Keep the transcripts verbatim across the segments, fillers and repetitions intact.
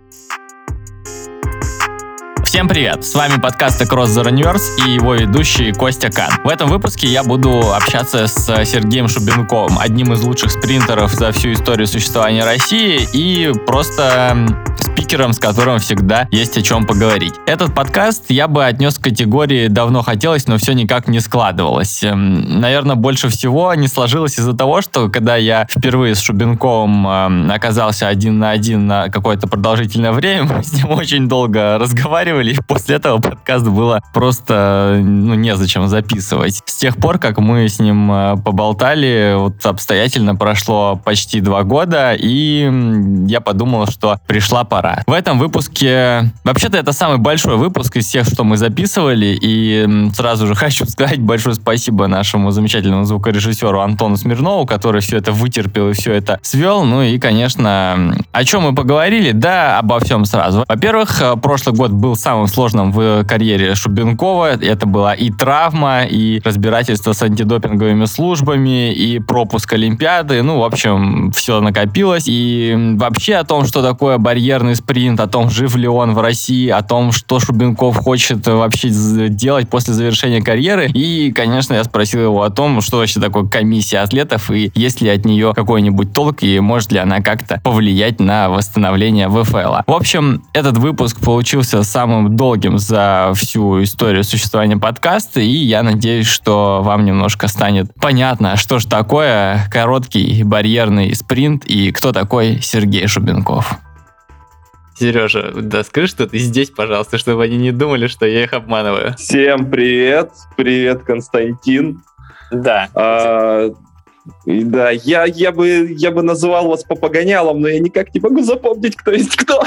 Всем привет! С вами подкаст Across the Runverse и его ведущий Костя Кан. В этом выпуске я буду общаться с Сергеем Шубенковым, одним из лучших спринтеров за всю историю существования России и просто спикером, с которым всегда есть о чем поговорить. Этот подкаст я бы отнес к категории «давно хотелось, но все никак не складывалось». Наверное, больше всего не сложилось из-за того, что когда я впервые с Шубенковым оказался один на один на какое-то продолжительное время, мы с ним очень долго разговаривали, и после этого подкаст было просто ну, незачем записывать. С тех пор, как мы с ним поболтали, вот обстоятельно прошло почти два года, и я подумал, что пришла пора. В этом выпуске... Вообще-то это самый большой выпуск из всех, что мы записывали, и сразу же хочу сказать большое спасибо нашему замечательному звукорежиссеру Антону Смирнову, который все это вытерпел и все это свел. Ну и, конечно, о чем мы поговорили? Да, обо всем сразу. Во-первых, прошлый год был самым сложным в карьере Шубенкова. Это была и травма, и разбирательство с антидопинговыми службами, и пропуск Олимпиады. Ну, в общем, все накопилось. И вообще о том, что такое барьерный спринт, о том, жив ли он в России, о том, что Шубенков хочет вообще делать после завершения карьеры. И, конечно, я спросил его о том, что вообще такое комиссия атлетов, и есть ли от нее какой-нибудь толк, и может ли она как-то повлиять на восстановление ВФЛ. В общем, этот выпуск получился самым долгим за всю историю существования подкаста, и я надеюсь, что вам немножко станет понятно, что же такое короткий барьерный спринт и кто такой Сергей Шубенков. Сережа, да скажи, что ты здесь, пожалуйста, чтобы они не думали, что я их обманываю. Всем привет, привет, Константин. Да. А, да, я, я, бы, я бы называл вас попогонялом, но я никак не могу запомнить, кто есть кто.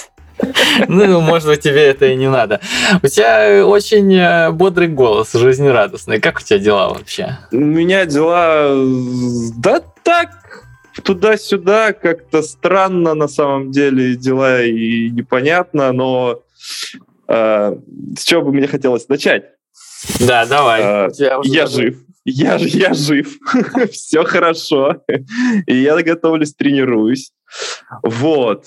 Ну, может быть, тебе это и не надо. У тебя очень бодрый голос, жизнерадостный. Как у тебя дела вообще? У меня дела... Да так, туда-сюда, как-то странно на самом деле дела и непонятно, но э, с чего бы мне хотелось начать? Да, давай. Э, я жив. Я, я жив. Все хорошо. И я готовлюсь, тренируюсь. Вот.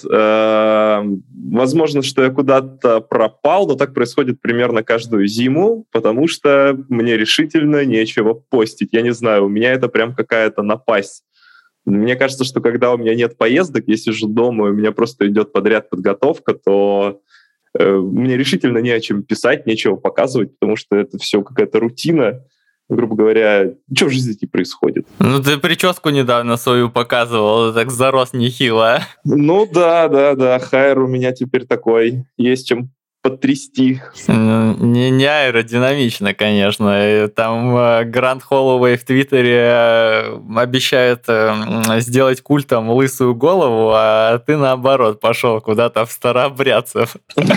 Возможно, что я куда-то пропал, но так происходит примерно каждую зиму, потому что мне решительно нечего постить. Я не знаю, у меня это прям какая-то напасть. Мне кажется, что когда у меня нет поездок, я сижу дома, и у меня просто идет подряд подготовка, то э, мне решительно не о чем писать, нечего показывать, потому что это все какая-то рутина. Грубо говоря, что в жизни происходит? Ну, ты прическу недавно свою показывал, так зарос нехило. Ну да, да, да, хайр у меня теперь такой, есть чем потрясти. Не, не аэродинамично, конечно. Там Грант Холлоуэй в Твиттере обещает сделать культом лысую голову, а ты, наоборот, пошел куда-то в старообрядцев.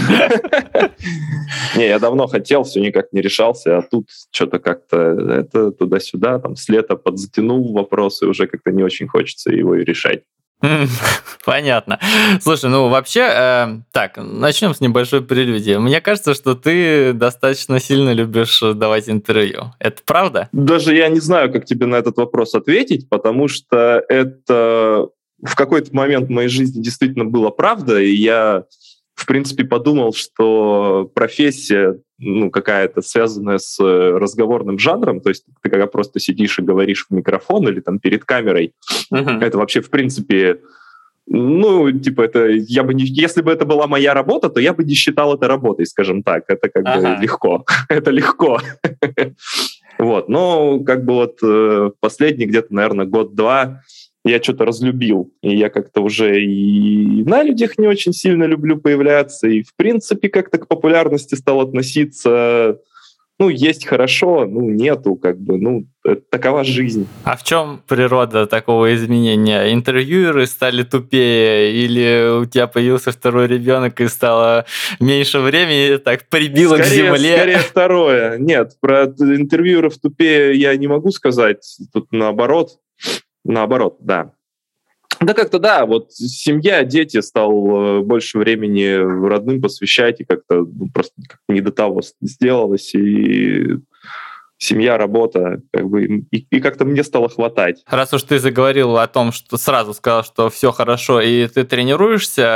Не, я давно хотел, все никак не решался, а тут что-то как-то это туда-сюда, там с лета подзатянул вопрос, и уже как-то не очень хочется его и решать. Понятно. Слушай, ну вообще, э, так, начнем с небольшой прелюдии. Мне кажется, что ты достаточно сильно любишь давать интервью. Это правда? Даже я не знаю, как тебе на этот вопрос ответить, потому что это в какой-то момент в моей жизни действительно было правда, и я, в принципе, подумал, что профессия, ну, какая-то связанная с разговорным жанром, то есть ты когда просто сидишь и говоришь в микрофон или там перед камерой, uh-huh. это вообще, в принципе, ну, типа, это я бы не, если бы это была моя работа, то я бы не считал это работой, скажем так. Это как uh-huh. бы легко. это легко. Вот, но как бы вот последний где-то, наверное, год-два я что-то разлюбил, и я как-то уже и на людях не очень сильно люблю появляться, и в принципе как-то к популярности стал относиться, ну, есть хорошо, ну, нету, как бы, ну, такова жизнь. А в чем природа такого изменения? Интервьюеры стали тупее, или у тебя появился второй ребенок и стало меньше времени, так прибило скорее, к земле? Скорее второе. Нет, про интервьюеров тупее я не могу сказать, тут наоборот. Наоборот, да. Да как-то да, вот семья, дети, стал больше времени родным посвящать, и как-то просто как-то не до того сделалось, и семья, работа, как бы, и, и как-то мне стало хватать. Раз уж ты заговорил о том, что сразу сказал, что все хорошо, и ты тренируешься,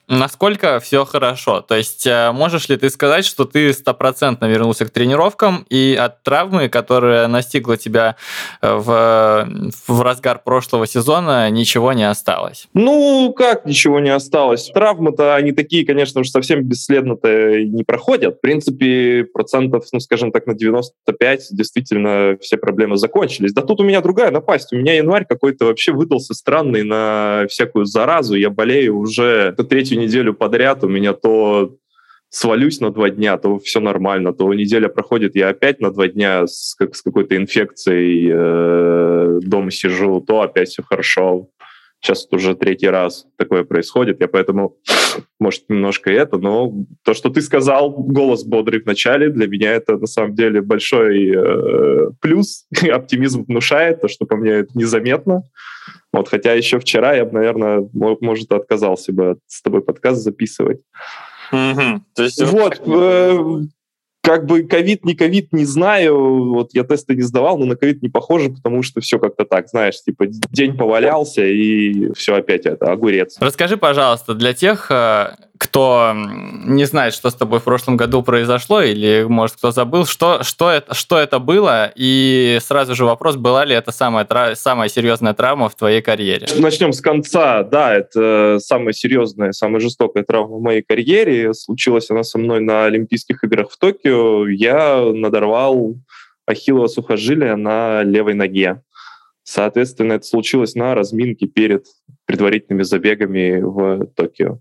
насколько все хорошо? То есть можешь ли ты сказать, что ты стопроцентно вернулся к тренировкам, и от травмы, которая настигла тебя в, в разгар прошлого сезона, ничего не осталось? Ну, как ничего не осталось? Травмы-то, они такие, конечно же, совсем бесследно-то не проходят. В принципе, процентов, ну, скажем так, на девяносто пять действительно все проблемы закончились. Да тут у меня другая напасть. У меня январь какой-то вообще выдался странный на всякую заразу. Я болею уже третью неделю подряд. У меня то свалюсь на два дня, то все нормально, то неделя проходит, я опять на два дня с, как, с какой-то инфекцией э, дома сижу, то опять все хорошо. Сейчас уже третий раз такое происходит, я поэтому, может, немножко это, но то, что ты сказал, голос бодрый в начале, для меня это на самом деле большой э, плюс, оптимизм внушает, то, что по мне это незаметно. Вот, хотя еще вчера я бы, наверное, может, отказался бы с тобой подкаст записывать. Mm-hmm. То есть вот, э, как бы ковид, не ковид, не знаю, вот я тесты не сдавал, но на ковид не похоже, потому что все как-то так, знаешь, типа день повалялся, и все опять это, огурец. Расскажи, пожалуйста, для тех, кто не знает, что с тобой в прошлом году произошло, или, может, кто забыл, что, что, это, что это было, и сразу же вопрос, была ли это самая, самая серьезная травма в твоей карьере? Начнем с конца. Да, это самая серьезная, самая жестокая травма в моей карьере. Случилась она со мной на Олимпийских играх в Токио. Я надорвал ахиллово сухожилие на левой ноге. Соответственно, это случилось на разминке перед предварительными забегами в Токио.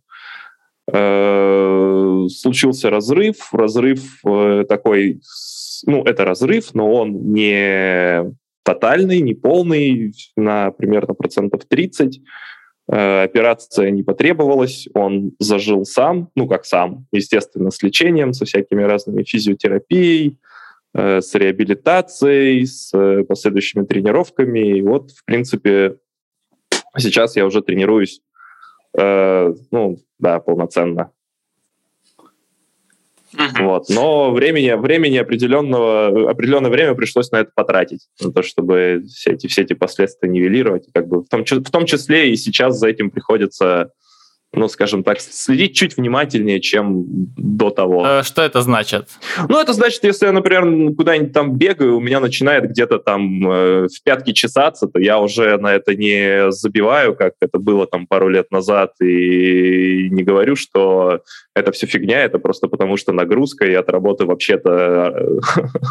Случился разрыв. Разрыв такой, ну, это разрыв, но он не тотальный, не полный, на примерно процентов тридцать. Операция не потребовалась, он зажил сам, ну, как сам, естественно, с лечением, со всякими разными физиотерапией, с реабилитацией, с последующими тренировками. И вот, в принципе, сейчас я уже тренируюсь, э, ну, да, полноценно. Uh-huh. Вот. Но времени, времени определенного, определенное время пришлось на это потратить, на то, чтобы все эти, все эти последствия нивелировать. Как бы в, том, в том числе и сейчас за этим приходится, ну, скажем так, следить чуть внимательнее, чем до того. Что это значит? Ну, это значит, если я, например, куда-нибудь там бегаю, у меня начинает где-то там э, в пятки чесаться, то я уже на это не забиваю, как это было там пару лет назад, и не говорю, что это все фигня, это просто потому, что нагрузка, и от работы вообще-то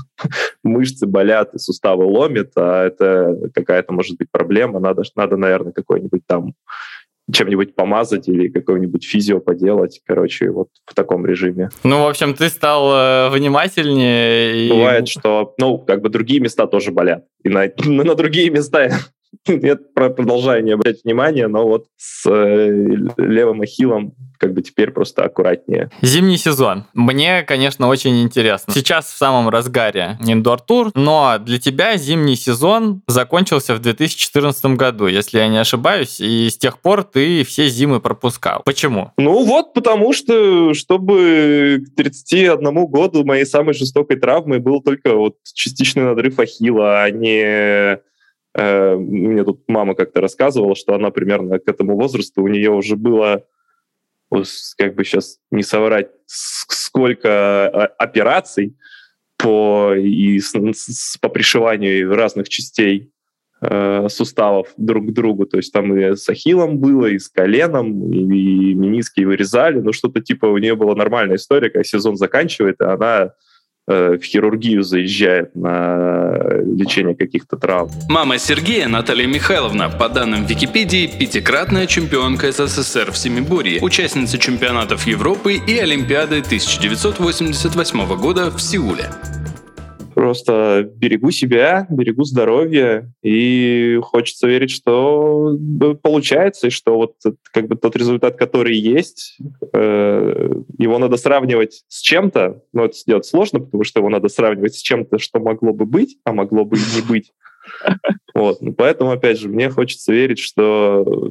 мышцы болят, и суставы ломят, а это какая-то, может быть, проблема, надо, надо наверное, какой-нибудь там чем-нибудь помазать или какой-нибудь физио поделать, короче, вот в таком режиме. Ну, в общем, ты стал э, внимательнее. Бывает, и... что, ну, как бы другие места тоже болят. И на, на другие места нет, продолжаю не обращать внимания, но вот с э, левым ахиллом как бы теперь просто аккуратнее. Зимний сезон. Мне, конечно, очень интересно. Сейчас в самом разгаре индор-тур, но для тебя зимний сезон закончился в две тысячи четырнадцатом году, если я не ошибаюсь, и с тех пор ты все зимы пропускал. Почему? Ну вот, потому что, чтобы к тридцати одному году моей самой жестокой травмой был только вот частичный надрыв ахилла, а не... Э, мне тут мама как-то рассказывала, что она примерно к этому возрасту, у нее уже было, как бы сейчас не соврать, сколько операций по, и с, с, по пришиванию разных частей э, суставов друг к другу. То есть там и с ахиллом было, и с коленом, и, и мениски вырезали. Ну, что-то типа у нее была нормальная история, когда сезон заканчивает, и она в хирургию заезжает на лечение каких-то травм. Мама Сергея, Наталья Михайловна, по данным Википедии, пятикратная чемпионка СССР в семиборье, участница чемпионатов Европы и Олимпиады тысяча девятьсот восемьдесят восьмого года в Сеуле. Просто берегу себя, берегу здоровье, и хочется верить, что получается, и что вот как бы тот результат, который есть, э, его надо сравнивать с чем-то, но это сделать сложно, потому что его надо сравнивать с чем-то, что могло бы быть, а могло бы и не быть. Вот. Поэтому, опять же, мне хочется верить, что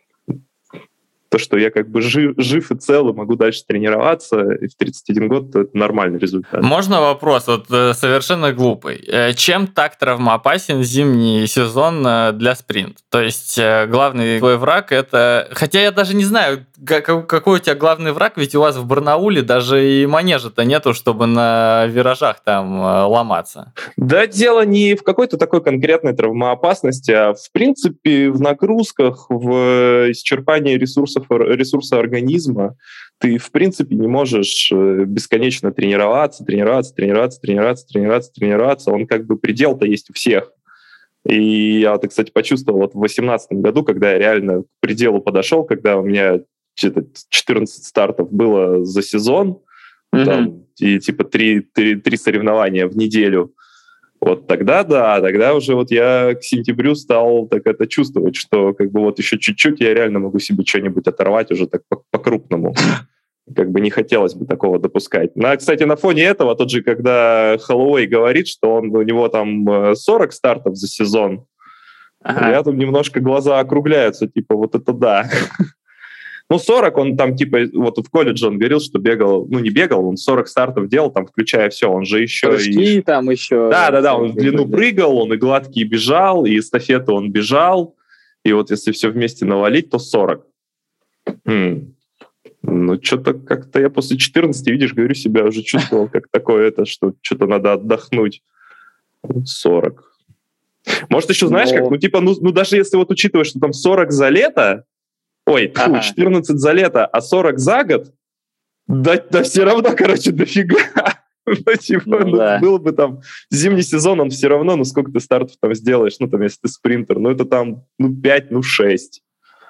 то, что я как бы жив, жив и цел, и могу дальше тренироваться, и в тридцать один год это нормальный результат. Можно вопрос, вот совершенно глупый. Чем так травмоопасен зимний сезон для спринта? То есть главный твой враг — это... Хотя я даже не знаю, как, какой у тебя главный враг? Ведь у вас в Барнауле даже и манежа-то нету, чтобы на виражах там ломаться. Да, дело не в какой-то такой конкретной травмоопасности, а в принципе в нагрузках, в исчерпании ресурсов, ресурса организма. Ты, в принципе, не можешь бесконечно тренироваться, тренироваться, тренироваться, тренироваться, тренироваться, тренироваться. Он как бы предел-то есть у всех. И я это, кстати, почувствовал вот в восемнадцатом году, когда я реально к пределу подошел, когда у меня четырнадцать стартов было за сезон, mm-hmm. там, и типа три, три, три соревнования в неделю. Вот тогда, да, тогда уже вот я к сентябрю стал так это чувствовать, что как бы вот еще чуть-чуть я реально могу себе что-нибудь оторвать уже так по-крупному. Как бы не хотелось бы такого допускать. На, кстати, на фоне этого, тот же, когда Холлоуэй говорит, что он, у него там сорок стартов за сезон, ага. у меня там немножко глаза округляются, типа, вот это да. Ну, сорок, он там, типа, вот в колледже он говорил, что бегал, ну, не бегал, он сорок стартов делал, там, включая все, он же еще... Прыжки и... там еще... Да-да-да, он в длину прыгал, он и гладкий бежал, и эстафету он бежал, и вот если все вместе навалить, то сорок. Хм. Ну, что-то как-то я после четырнадцати, видишь, говорю, себя уже чувствовал, как такое это, что что-то надо отдохнуть. сорок. Может, еще знаешь, Но... как, ну, типа, ну, ну, даже если вот учитывать, что там сорок за лето, ой, тьфу, ага. четырнадцать за лето, а сорок за год, да, да все равно, короче, дофига. Ну, типа, ну, ну, да. Было бы там зимний сезон, он все равно, ну, сколько ты стартов там сделаешь, ну, там, если ты спринтер, ну, это там, ну, пять, ну, шесть.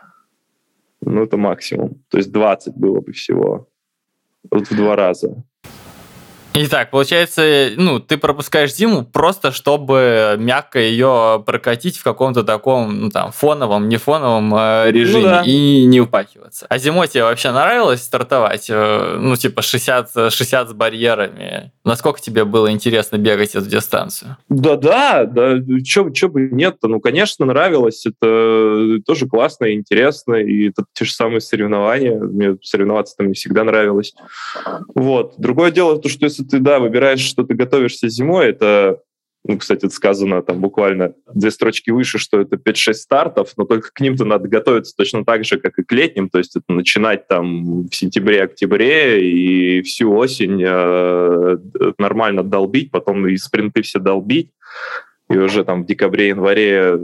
Ну, это максимум. То есть двадцать было бы всего. Вот в два раза. Итак, получается, ну, ты пропускаешь зиму просто, чтобы мягко ее прокатить в каком-то таком, ну, там, фоновом, не фоновом э, режиме, ну, да. и не упахиваться. А зимой тебе вообще нравилось стартовать? Э, ну, типа шестьдесят, шестьдесят с барьерами. Насколько тебе было интересно бегать эту дистанцию? Да-да, да, чё, чё бы нет-то? Ну, конечно, нравилось. Это тоже классно и интересно. И это те же самые соревнования. Мне соревноваться-то мне всегда нравилось. Вот. Другое дело, то, что если ты, да, выбираешь, что ты готовишься зимой, это, ну, кстати, это сказано там буквально две строчки выше, что это пять-шесть стартов, но только к ним-то надо готовиться точно так же, как и к летним, то есть это начинать там в сентябре-октябре и всю осень э, нормально долбить, потом и спринты все долбить, и уже там в декабре-январе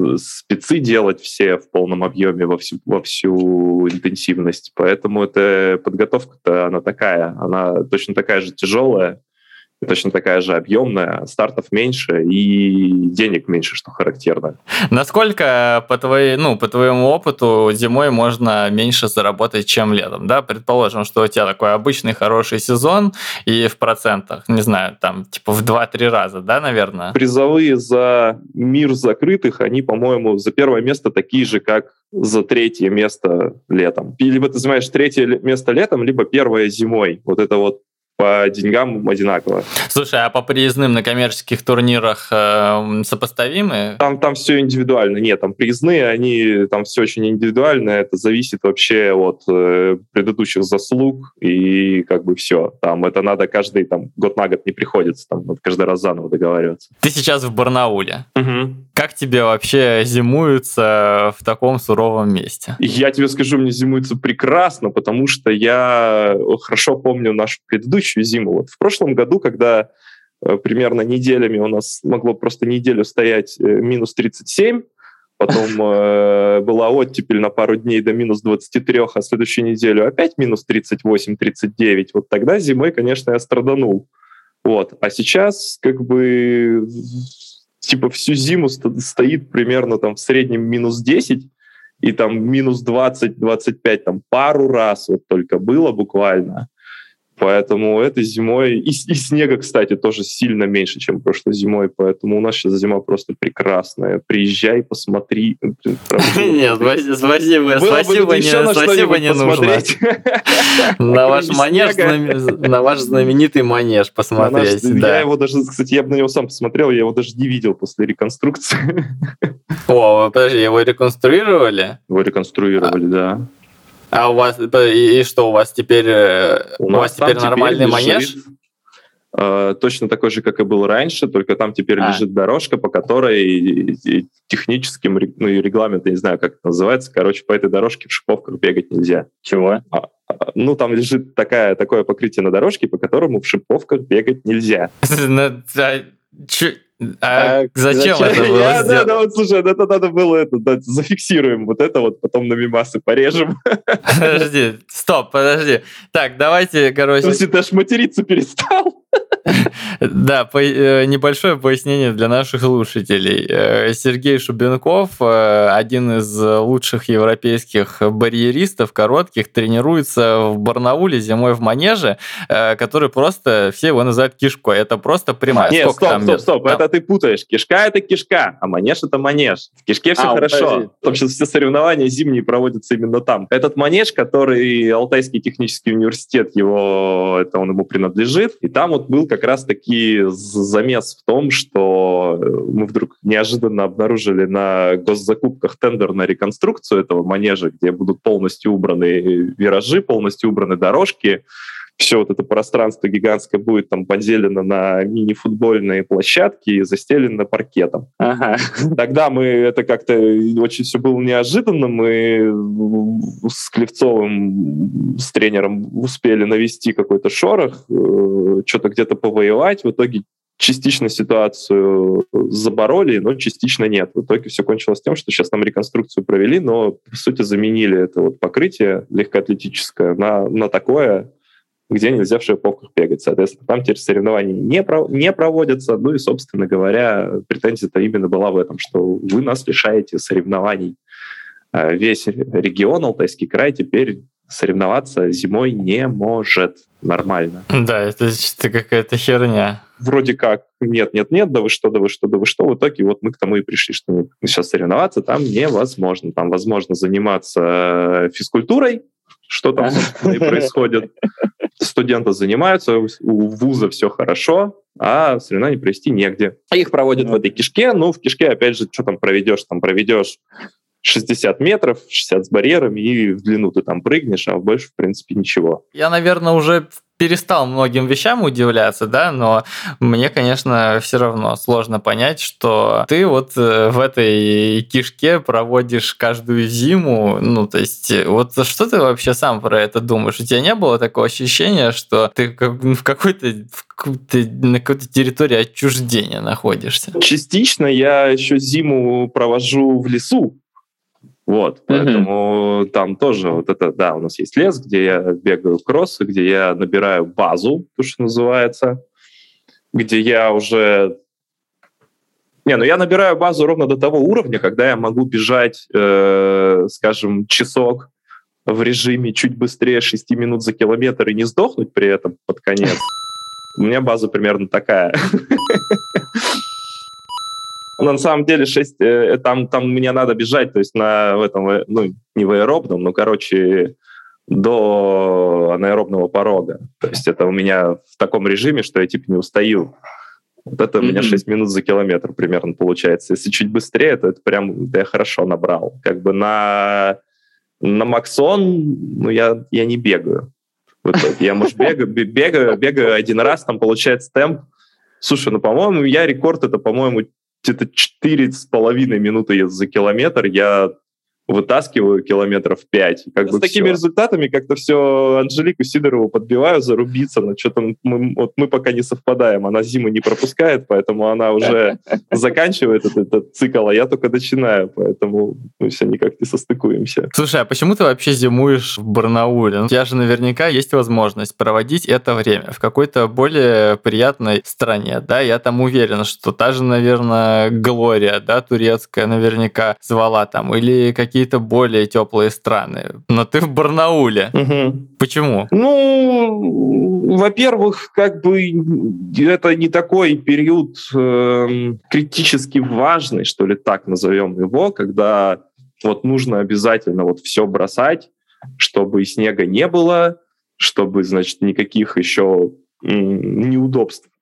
спецы делать все в полном объеме во всю, во всю интенсивность. Поэтому эта подготовка-то, она такая, она точно такая же тяжелая, точно такая же объемная, стартов меньше и денег меньше, что характерно. Насколько по, твоей, ну, по твоему опыту зимой можно меньше заработать, чем летом? Да? Предположим, что у тебя такой обычный хороший сезон, и в процентах, не знаю, там типа в два-три раза, да, наверное? Призовые за мир закрытых, они, по-моему, за первое место такие же, как за третье место летом. Либо ты занимаешь третье место летом, либо первое зимой. Вот это вот по деньгам одинаково. Слушай, а по приездным на коммерческих турнирах э, сопоставимы? Там, там все индивидуально. Нет, там приездные, они там все очень индивидуально. Это зависит вообще от э, предыдущих заслуг и как бы все. Там это надо каждый там год на год не приходится. Там надо каждый раз заново договариваться. Ты сейчас в Барнауле. Угу. Как тебе вообще зимуется в таком суровом месте? Я тебе скажу, мне зимуется прекрасно, потому что я хорошо помню нашу предыдущую зиму. Вот в прошлом году, когда э, примерно неделями у нас могло просто неделю стоять э, минус тридцать семь, потом э, была оттепель на пару дней до минус двадцать три, а следующую неделю опять минус тридцать восемь тридцать девять. Вот тогда зимой, конечно, я страданул. Вот. А сейчас как бы типа всю зиму стоит примерно там в среднем минус десять, и там минус двадцать двадцать пять там пару раз вот только было буквально. Поэтому этой зимой... И, и снега, кстати, тоже сильно меньше, чем прошлой зимой. Поэтому у нас сейчас зима просто прекрасная. Приезжай, посмотри. Нет, спасибо, спасибо, не нужно. На ваш манеж, на ваш знаменитый манеж посмотреть. Я его даже, кстати, я бы на него сам посмотрел, я его даже не видел после реконструкции. О, подожди, его реконструировали? Его реконструировали, да. А у вас и, и что у вас теперь? У, у вас теперь нормальный теперь манеж? э, точно такой же, как и был раньше, только там теперь а. лежит дорожка, по которой техническим, ну и регламент, я не знаю, как это называется, короче, по этой дорожке в шиповках бегать нельзя. Чего? А, ну, там лежит такая, такое покрытие на дорожке, по которому в шиповках бегать нельзя. А, а зачем, зачем это было я, сделано? Да, да, вот, слушай, это надо было это, да, зафиксируем вот это вот, потом на мемасы порежем. Подожди, стоп, подожди. Так, давайте, короче... Слушай, ты аж материться перестал. Да, по, э, небольшое пояснение для наших слушателей. Э, Сергей Шубенков, э, один из лучших европейских барьеристов коротких, тренируется в Барнауле зимой в манеже, э, который просто, все его называют кишкой. Это просто прямая. Нет, стоп, там стоп, стоп, там? Это ты путаешь. Кишка — это кишка, а манеж — это манеж. В кишке все а, хорошо. Потому что все соревнования зимние проводятся именно там. Этот манеж, который Алтайский технический университет, его, это он ему принадлежит, и там вот был как раз-таки замес в том, что мы вдруг неожиданно обнаружили на госзакупках тендер на реконструкцию этого манежа, где будут полностью убраны виражи, полностью убраны дорожки. Все вот это пространство гигантское будет там поделено на мини-футбольные площадки и застелено паркетом. Ага. Тогда мы, это как-то очень все было неожиданно, мы с Клевцовым, с тренером успели навести какой-то шорох, что-то где-то повоевать, в итоге частично ситуацию забороли, но частично нет. В итоге все кончилось тем, что сейчас нам реконструкцию провели, но, по сути, заменили это вот покрытие легкоатлетическое на, на такое, где нельзя в шиповках бегать. Соответственно, там теперь соревнования не, про, не проводятся. Ну и, собственно говоря, претензия-то именно была в этом, что вы нас лишаете соревнований. Весь регион, Алтайский край, теперь соревноваться зимой не может нормально. Да, это что-то какая-то херня. Вроде как нет-нет-нет, да вы что, да вы что, да вы что. В итоге вот мы к тому и пришли, что мы сейчас соревноваться там невозможно. Там возможно заниматься физкультурой, что там, собственно, и происходит. Студенты занимаются, у вуза все хорошо, а соревнования провести негде. Их проводят mm-hmm. в этой кишке, ну, в кишке, опять же, что там проведешь? Там проведешь шестьдесят метров, шестьдесят с барьерами, и в длину ты там прыгнешь, а больше, в принципе, ничего. Я, наверное, уже перестал многим вещам удивляться, да, но мне, конечно, все равно сложно понять, что ты вот в этой кишке проводишь каждую зиму, ну, то есть, вот что ты вообще сам про это думаешь? У тебя не было такого ощущения, что ты в какой-то, в какой-то на какой-то территории отчуждения находишься? Частично я еще зиму провожу в лесу. Вот, поэтому mm-hmm. там тоже вот это, да, у нас есть лес, где я бегаю кроссы, где я набираю базу, то, что называется, где я уже... Не, ну я набираю базу ровно до того уровня, когда я могу бежать, э, скажем, часок в режиме чуть быстрее шести минут за километр и не сдохнуть при этом под конец. У меня база примерно такая. Но на самом деле шесть, э, там, там мне надо бежать, то есть на в этом, ну, не в аэробном, но, короче, до анаэробного порога. То есть это у меня в таком режиме, что я типа не устаю. Вот это mm-hmm. у меня шесть минут за километр примерно получается. Если чуть быстрее, то это прям да, я хорошо набрал. Как бы на, на Максон ну, я, я не бегаю. Вот, я, может, бегаю, бегаю, бегаю один раз, там получается темп. Слушай, ну, по-моему, я рекорд, это, по-моему, где-то четыре с половиной минуты за километр я вытаскиваю километров пять. Как с бы такими все. Результатами как-то все Анжелику Сидорову подбиваю зарубиться, но что-то мы, вот мы пока не совпадаем. Она зиму не пропускает, поэтому она уже заканчивает этот, этот цикл, а я только начинаю, поэтому мы все никак не состыкуемся. Слушай, а почему ты вообще зимуешь в Барнауле? У тебя же наверняка есть возможность проводить это время в какой-то более приятной стране, да? Я там уверен, что та же, наверное, Глория, да, турецкая, наверняка звала там, или какие какие-то более теплые страны. Но ты в Барнауле. Угу. Почему? Ну, во-первых, как бы это не такой период э, критически важный, что ли, так назовем его, когда вот нужно обязательно вот все бросать, чтобы снега не было, чтобы, значит, никаких еще м, неудобств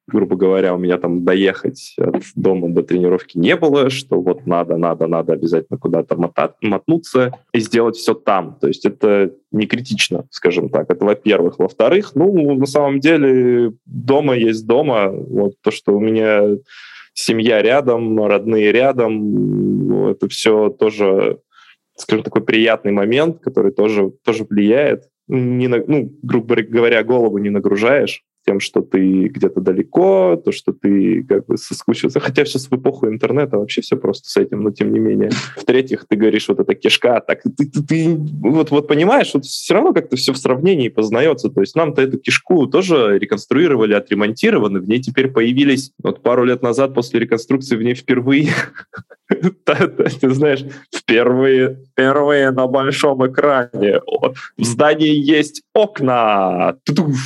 грубо говоря, у меня там доехать от дома до тренировки не было, что вот надо, надо, надо обязательно куда-то мотать, мотнуться и сделать все там. То есть это не критично, скажем так. Это во-первых. Во-вторых, ну, на самом деле, дома есть дома. Вот то, что у меня семья рядом, родные рядом, ну, это все тоже, скажем, такой приятный момент, который тоже, тоже влияет. Не на, ну, грубо говоря, голову не нагружаешь тем, что ты где-то далеко, то, что ты как бы соскучился. Хотя сейчас в эпоху интернета вообще все просто с этим, но тем не менее. В-третьих, ты говоришь, вот эта кишка, так ты, ты, ты вот, вот понимаешь, вот все равно как-то все в сравнении познается. То есть нам-то эту кишку тоже реконструировали, отремонтированы, в ней теперь появились, вот пару лет назад после реконструкции в ней впервые, ты знаешь, впервые, впервые на большом экране в здании есть окна.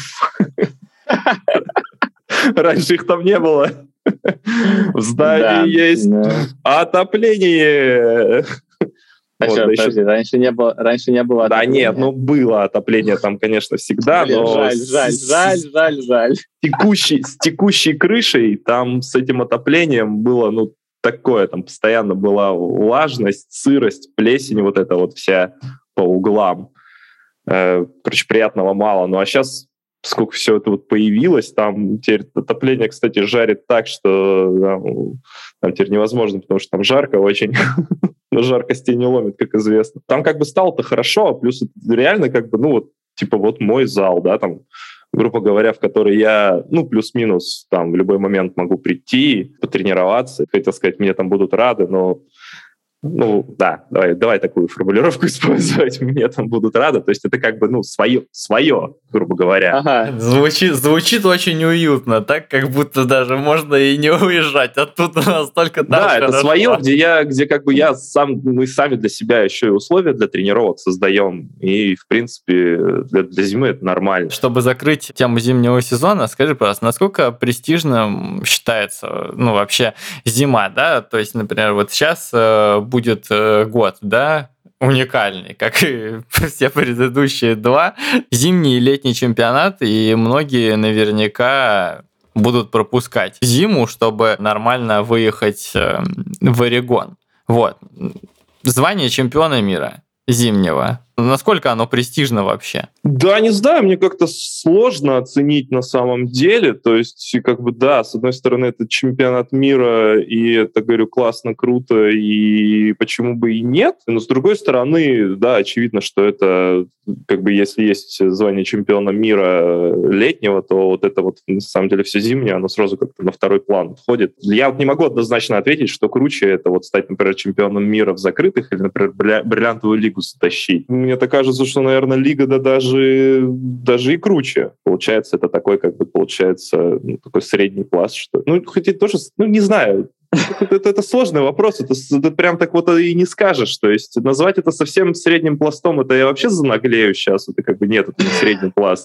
Раньше их там не было. В здании да, есть да. отопление. А вот, что, да подожди, еще... раньше не было, раньше не было отопления. Да нет, ну было отопление там, конечно, всегда, Блин, но... Жаль, жаль, жаль, жаль, жаль. Текущей, с текущей крышей там с этим отоплением было, ну, такое, там постоянно была влажность, сырость, плесень, вот эта вот вся по углам. Короче, приятного мало. Ну а сейчас... сколько все это вот появилось, там теперь отопление, кстати, жарит так, что да, там теперь невозможно, потому что там жарко очень, но жаркости не ломит, как известно. Там как бы стало-то хорошо, плюс реально как бы, ну вот, типа вот мой зал, да, там, грубо говоря, в который я, ну, плюс-минус, там, в любой момент могу прийти, потренироваться, хотел сказать, мне там будут рады, но ну, да, давай, давай такую формулировку использовать. Мне там будут рады. То есть это как бы, ну, свое, свое, грубо говоря. Ага. Звучит, звучит очень уютно, так, как будто даже можно и не уезжать. Оттуда настолько да, хорошо. Это свое, где я, где как бы я сам, мы сами для себя еще и условия для тренировок создаем. И, в принципе, для, для зимы это нормально. Чтобы закрыть тему зимнего сезона, скажи, пожалуйста, насколько престижно считается, ну, вообще зима, да? То есть, например, вот сейчас будет э, год, да, уникальный, как и все предыдущие два, зимний и летний чемпионат, и многие наверняка будут пропускать зиму, чтобы нормально выехать э, в Орегон. Вот. Звание чемпиона мира зимнего. Насколько оно престижно вообще? Да, не знаю, мне как-то сложно оценить на самом деле. То есть, как бы, да, с одной стороны, это чемпионат мира, и это, говорю, классно, круто, и почему бы и нет. Но с другой стороны, да, очевидно, что это, как бы, если есть звание чемпиона мира летнего, то вот это вот, на самом деле, все зимнее, оно сразу как-то на второй план входит. Я вот не могу однозначно ответить, что круче это вот стать, например, чемпионом мира в закрытых или, например, бриллиантовую лигу затащить. Мне так кажется, что, наверное, лига да даже, даже и круче. Получается, это такой, как бы, получается, ну, такой средний класс, что... Ну, хоть и тоже, ну, не знаю. Это, это, это сложный вопрос, это, это прям так вот и не скажешь. То есть назвать это совсем средним пластом, это я вообще занаглею сейчас. Это как бы нет, это не средний пласт.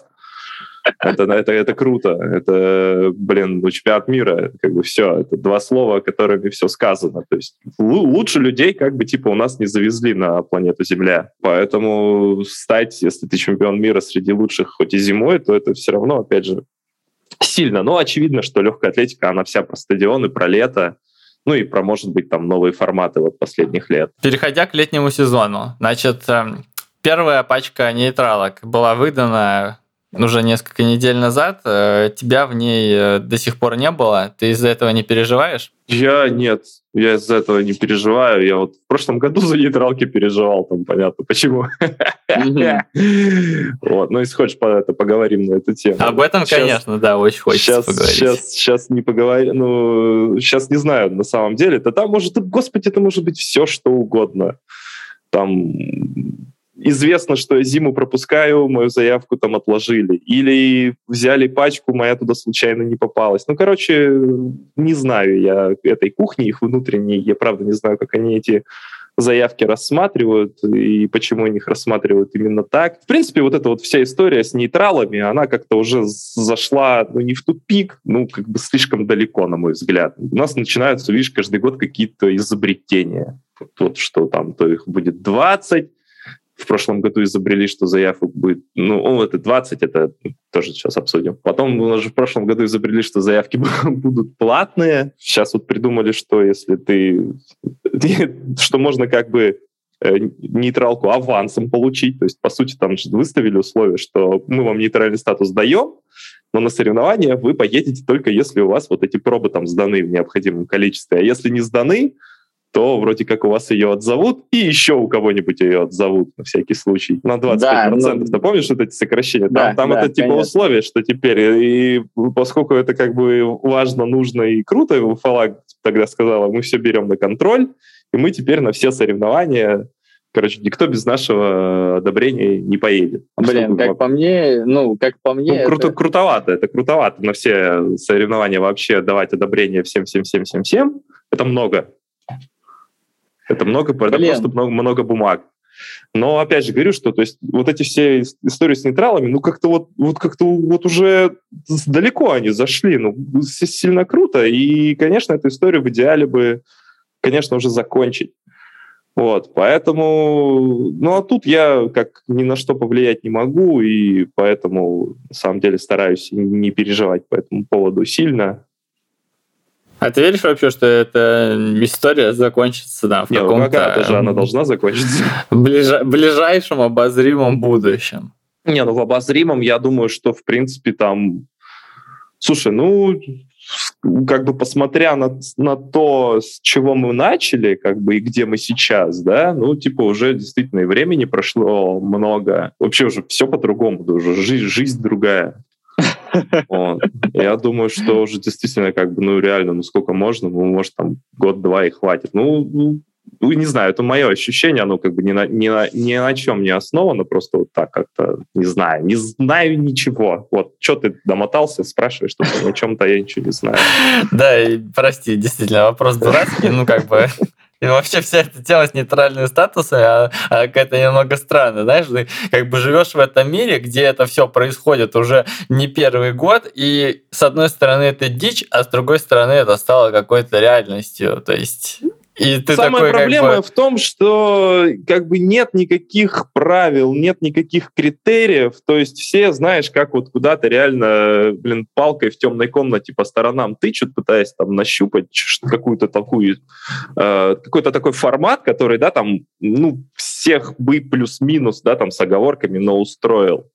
Это, это, это круто. Это, блин, ну, чемпионат мира. Как бы все. Это два слова, которыми все сказано. То есть лучше людей как бы типа у нас не завезли на планету Земля. Поэтому стать, если ты чемпион мира среди лучших хоть и зимой, то это все равно, опять же, сильно. Но очевидно, что легкая атлетика, она вся про стадион и про лето. Ну и про, может быть, там новые форматы вот последних лет. Переходя к летнему сезону. Значит, первая пачка нейтралок была выдана уже несколько недель назад. Тебя в ней до сих пор не было. Ты из-за этого не переживаешь? Я нет, я из-за этого не переживаю. Я вот в прошлом году за нейтралки переживал, там понятно почему. Вот, ну если хочешь, поговорим на эту тему. Об этом, конечно, да, очень хочется поговорить. Сейчас не поговорим, ну сейчас не знаю на самом деле. Да там может, господи, это может быть все что угодно. Там известно, что я зиму пропускаю, мою заявку там отложили. Или взяли пачку, моя туда случайно не попалась. Ну, короче, не знаю я этой кухни, их внутренней. Я, правда, не знаю, как они эти заявки рассматривают и почему они их рассматривают именно так. В принципе, вот эта вот вся история с нейтралами, она как-то уже зашла, ну, не в тупик, ну, как бы слишком далеко, на мой взгляд. У нас начинаются, видишь, каждый год какие-то изобретения. Вот, вот что там, то их будет двадцать. В прошлом году изобрели, что заявок будет, ну, это двадцать, это тоже сейчас обсудим. Потом у нас же в прошлом году изобрели, что заявки будут платные. Сейчас вот придумали, что если ты... что можно как бы нейтралку авансом получить. То есть, по сути, там же выставили условие, что мы вам нейтральный статус даем, но на соревнования вы поедете только если у вас вот эти пробы там сданы в необходимом количестве. А если не сданы, то вроде как у вас ее отзовут, и еще у кого-нибудь ее отзовут на всякий случай. На двадцать пять процентов. Да, ну... Ты помнишь вот эти сокращения? Да, там там да, это типа конечно. условие, что теперь, и поскольку это как бы важно, нужно и круто, Уфа тогда сказала, мы все берем на контроль, и мы теперь на все соревнования, короче, никто без нашего одобрения не поедет. Блин, Чтобы... как по мне, ну, как по мне... Ну, это... круто, крутовато, это крутовато на все соревнования вообще давать одобрение всем-всем-всем-всем-всем. Это много. Это много, это просто много, много бумаг. Но опять же говорю, что то есть, вот эти все истории с нейтралами, ну как-то вот, вот как-то вот уже далеко они зашли, ну сильно круто. И, конечно, эту историю в идеале бы, конечно, уже закончить. Вот, поэтому, ну а тут я как ни на что повлиять не могу, и поэтому на самом деле стараюсь не переживать по этому поводу сильно. А ты веришь вообще, что эта история закончится, да, в Не, каком-то... Ну, когда-то же она должна закончиться. В ближ... ближайшем обозримом будущем. Не, ну в обозримом, я думаю, что, в принципе, там... Слушай, ну, как бы посмотря на, на то, с чего мы начали, как бы, и где мы сейчас, да, ну, типа, уже действительно и времени прошло много. Вообще уже все по-другому, да, уже жизнь, жизнь другая. Вот. Я думаю, что уже действительно как бы, ну реально, ну сколько можно, ну может там год-два и хватит. Ну, ну, не знаю, это мое ощущение, оно как бы ни на, ни, на, ни на чем не основано, просто вот так как-то, не знаю, не знаю ничего. Вот, что ты домотался, спрашиваешь, что о чем-то я ничего не знаю. Да, прости, действительно, вопрос дурацкий, ну как бы... И вообще вся эта тема с нейтральными статусами, а, а какая-то немного странная. Знаешь, ты как бы живешь в этом мире, где это все происходит уже не первый год, и с одной стороны это дичь, а с другой стороны это стало какой-то реальностью. То есть... И ты Самая такой, проблема как бы... в том, что как бы нет никаких правил, нет никаких критериев. То есть все, знаешь, как вот куда-то реально, блин, палкой в темной комнате по сторонам тычут, пытаясь там нащупать какую-то такую, э, какой-то такой формат, который, да, там, ну, всех бы плюс-минус, да, там, с оговорками, но устроил.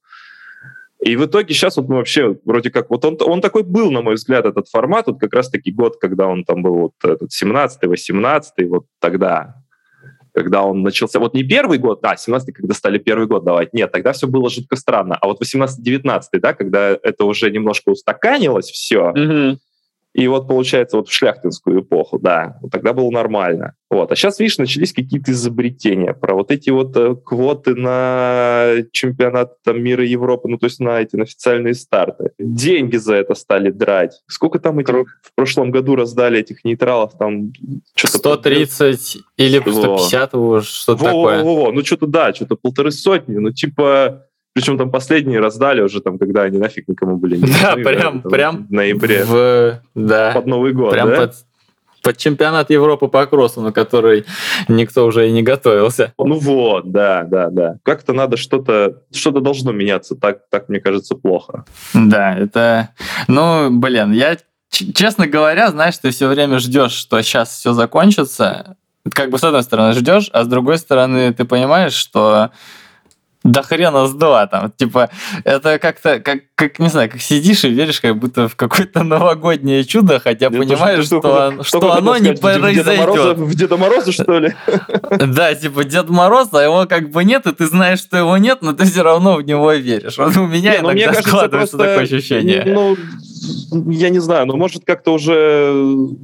И в итоге сейчас вот мы вообще вроде как... Вот он, он такой был, на мой взгляд, этот формат, вот как раз-таки год, когда он там был вот этот семнадцатый, восемнадцатый, вот тогда, когда он начался... Вот не первый год, да, семнадцатый, когда стали первый год давать, нет, тогда все было жутко странно. А вот восемнадцатый-девятнадцатый, да, когда это уже немножко устаканилось все, Mm-hmm. и вот, получается, вот в шляхтинскую эпоху, да, вот тогда было нормально. Вот. А сейчас, видишь, начались какие-то изобретения про вот эти вот э, квоты на чемпионат там, мира Европы, ну, то есть на эти на официальные старты. Деньги за это стали драть. Сколько там этих в прошлом году раздали этих нейтралов? Там что-то сто тридцать под... или сто пятьдесят, во. Что-то во, такое. Во, во, во. Ну, что-то, да, что-то полторы сотни, ну, типа... Причем там последние раздали уже, там, когда они нафиг никому были не нужны. Да, прям, да, прям в ноябре. В, да. Под Новый год, прям да? Под, под чемпионат Европы по кроссу, на который никто уже и не готовился. Ну вот, да, да, да. Как-то надо что-то, что-то должно меняться, так, так мне кажется, плохо. Да, это... Ну, блин, я, честно говоря, знаешь, ты все время ждешь, что сейчас все закончится. Как бы с одной стороны ждешь, а с другой стороны ты понимаешь, что да хрена с два там. Типа, это как-то, как, как, не знаю, как сидишь и веришь как будто в какое-то новогоднее чудо, хотя я понимаешь, что, что, что оно не произойдет. В Деда Мороза, что ли? Да, типа Дед Мороз, а его как бы нет, и ты знаешь, что его нет, но ты все равно в него веришь. Вот у меня иногда складывается такое ощущение. Ну, я не знаю, но может как-то уже...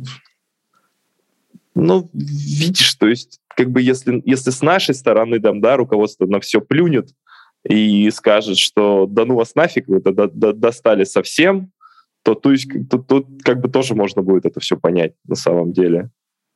Ну, видишь, то есть, как бы, если, если с нашей стороны, там, да, руководство на все плюнет и скажет, что да ну вас нафиг, вы это до, до, достали совсем, то, то есть, то, то, как бы тоже можно будет это все понять на самом деле.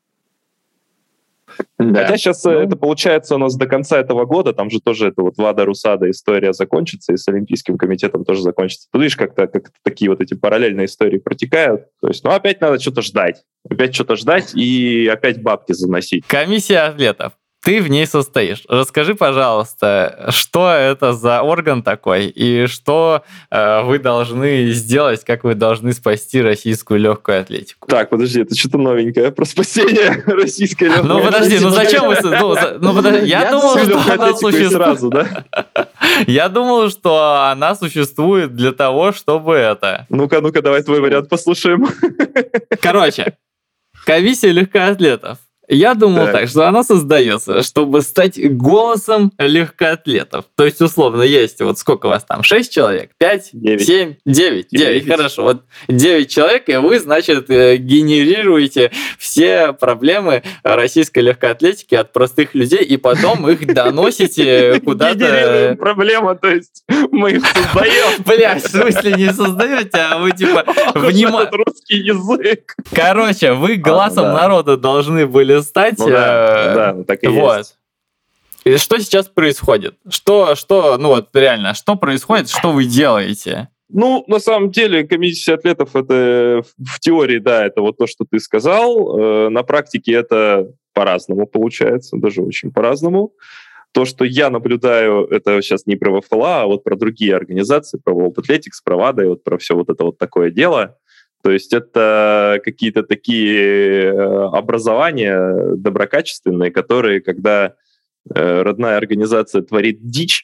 Да. Хотя сейчас ну... это получается у нас до конца этого года, там же тоже это вот Вада Русада история закончится, и с Олимпийским комитетом тоже закончится. Ты видишь, как-то как такие вот эти параллельные истории протекают. То есть, ну, опять надо что-то ждать. Опять что-то ждать и опять бабки заносить. Комиссия атлетов. ты в ней состоишь. Расскажи, пожалуйста, что это за орган такой и что э, вы должны сделать, как вы должны спасти российскую легкую атлетику? Так, подожди, это что-то новенькое про спасение российской легкой атлетики. Ну подожди, ну зачем вы... Ну, ну, подожди, я, я думал, что она существует... Сразу, да? Я думал, что она существует для того, чтобы это... Ну-ка, ну-ка, давай твой вариант послушаем. Короче, комиссия легкоатлетов. Я думал так. так, что она создается, чтобы стать голосом легкоатлетов. То есть, условно, есть вот сколько у вас там? шесть человек? пять? семь? девять? девять, хорошо. Вот девять человек, и вы, значит, генерируете все проблемы российской легкоатлетики от простых людей, и потом их доносите куда-то... Генерируем проблемы, то есть мы их создаем. Блядь, в смысле не создаете, а вы типа... Внимание. Русский язык. Короче, вы голосом народа должны были стать. Ну, да, да, ну, так и вот. есть. И что сейчас происходит? Что, что, ну вот реально, что происходит, что вы делаете? Ну, на самом деле, комиссия атлетов, это в теории, да, это вот то, что ты сказал. На практике это по-разному получается, даже очень по-разному. То, что я наблюдаю, это сейчас не про ВФЛА, а вот про другие организации, про World Athletics, про ВАДА, и вот про все вот это вот такое дело. То есть это какие-то такие образования доброкачественные, которые, когда родная организация творит дичь,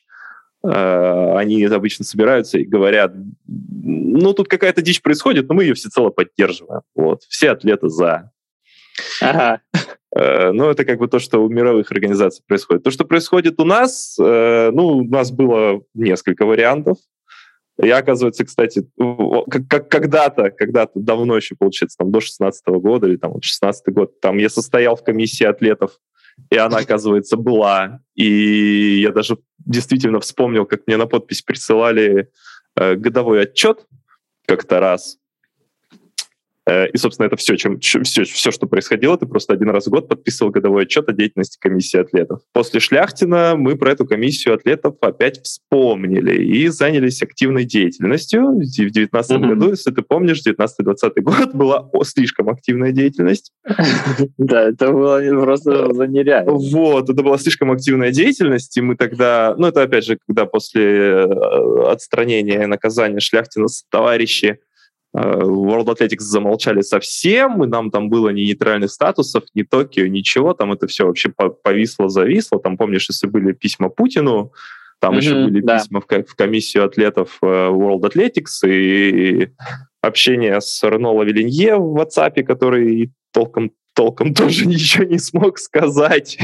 они обычно собираются и говорят, ну, тут какая-то дичь происходит, но мы ее всецело поддерживаем. Вот. Все атлеты за. Ага. Ну, это как бы то, что у мировых организаций происходит. То, что происходит у нас, ну, у нас было несколько вариантов. Я, оказывается, кстати, как, как когда-то, когда-то давно еще, получается, там, до шестнадцатого года или там шестнадцатый год, там я состоял в комиссии атлетов, и она, оказывается, была. И я даже действительно вспомнил, как мне на подпись присылали э, годовой отчет как-то раз. И, собственно, это все, чем, все, все, что происходило. Ты просто один раз в год подписывал годовой отчет о деятельности комиссии атлетов. После Шляхтина мы про эту комиссию атлетов опять вспомнили и занялись активной деятельностью. В две тысячи девятнадцатом mm-hmm. году, если ты помнишь, девятнадцатый-двадцатый год была слишком активная деятельность. Да, это было просто нереально. Вот, это была слишком активная деятельность, и мы тогда... Ну, это, опять же, когда после отстранения и наказания Шляхтина товарищи World Athletics замолчали совсем, и нам там было ни нейтральных статусов, ни Токио, ничего, там это все вообще повисло-зависло. Там, помнишь, если были письма Путину, там mm-hmm, еще были да. письма в, в комиссию атлетов World Athletics, и общение с Рено Лавелинье в WhatsApp, который толком, толком тоже ничего не смог сказать.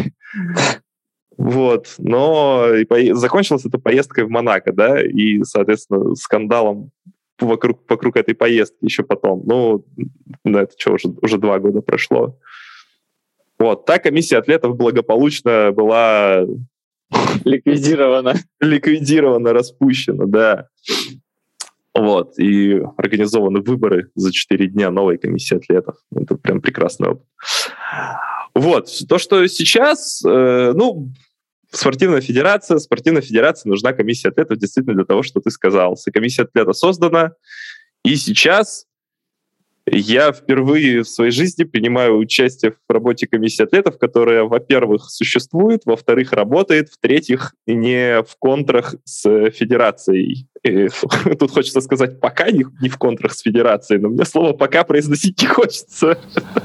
Вот, но закончилась эта поездкой в Монако, да, и, соответственно, скандалом Вокруг, вокруг этой поездки еще потом. Ну, ну это что, уже, уже два года прошло. Вот, та комиссия атлетов благополучно была... Ликвидирована. Ликвидирована, распущена, да. Вот, и организованы выборы за четыре дня новой комиссии атлетов. Это прям прекрасный опыт. Вот, то, что сейчас, э, ну... Спортивная федерация, спортивная федерация нужна комиссия атлетов действительно для того, что ты сказал. Комиссия атлетов создана, и сейчас я впервые в своей жизни принимаю участие в работе комиссии атлетов, которая, во-первых, существует, во-вторых, работает, в-третьих, не в контрах с федерацией. И тут хочется сказать «пока» не, не в контрах с федерацией, но мне слово «пока» произносить не хочется.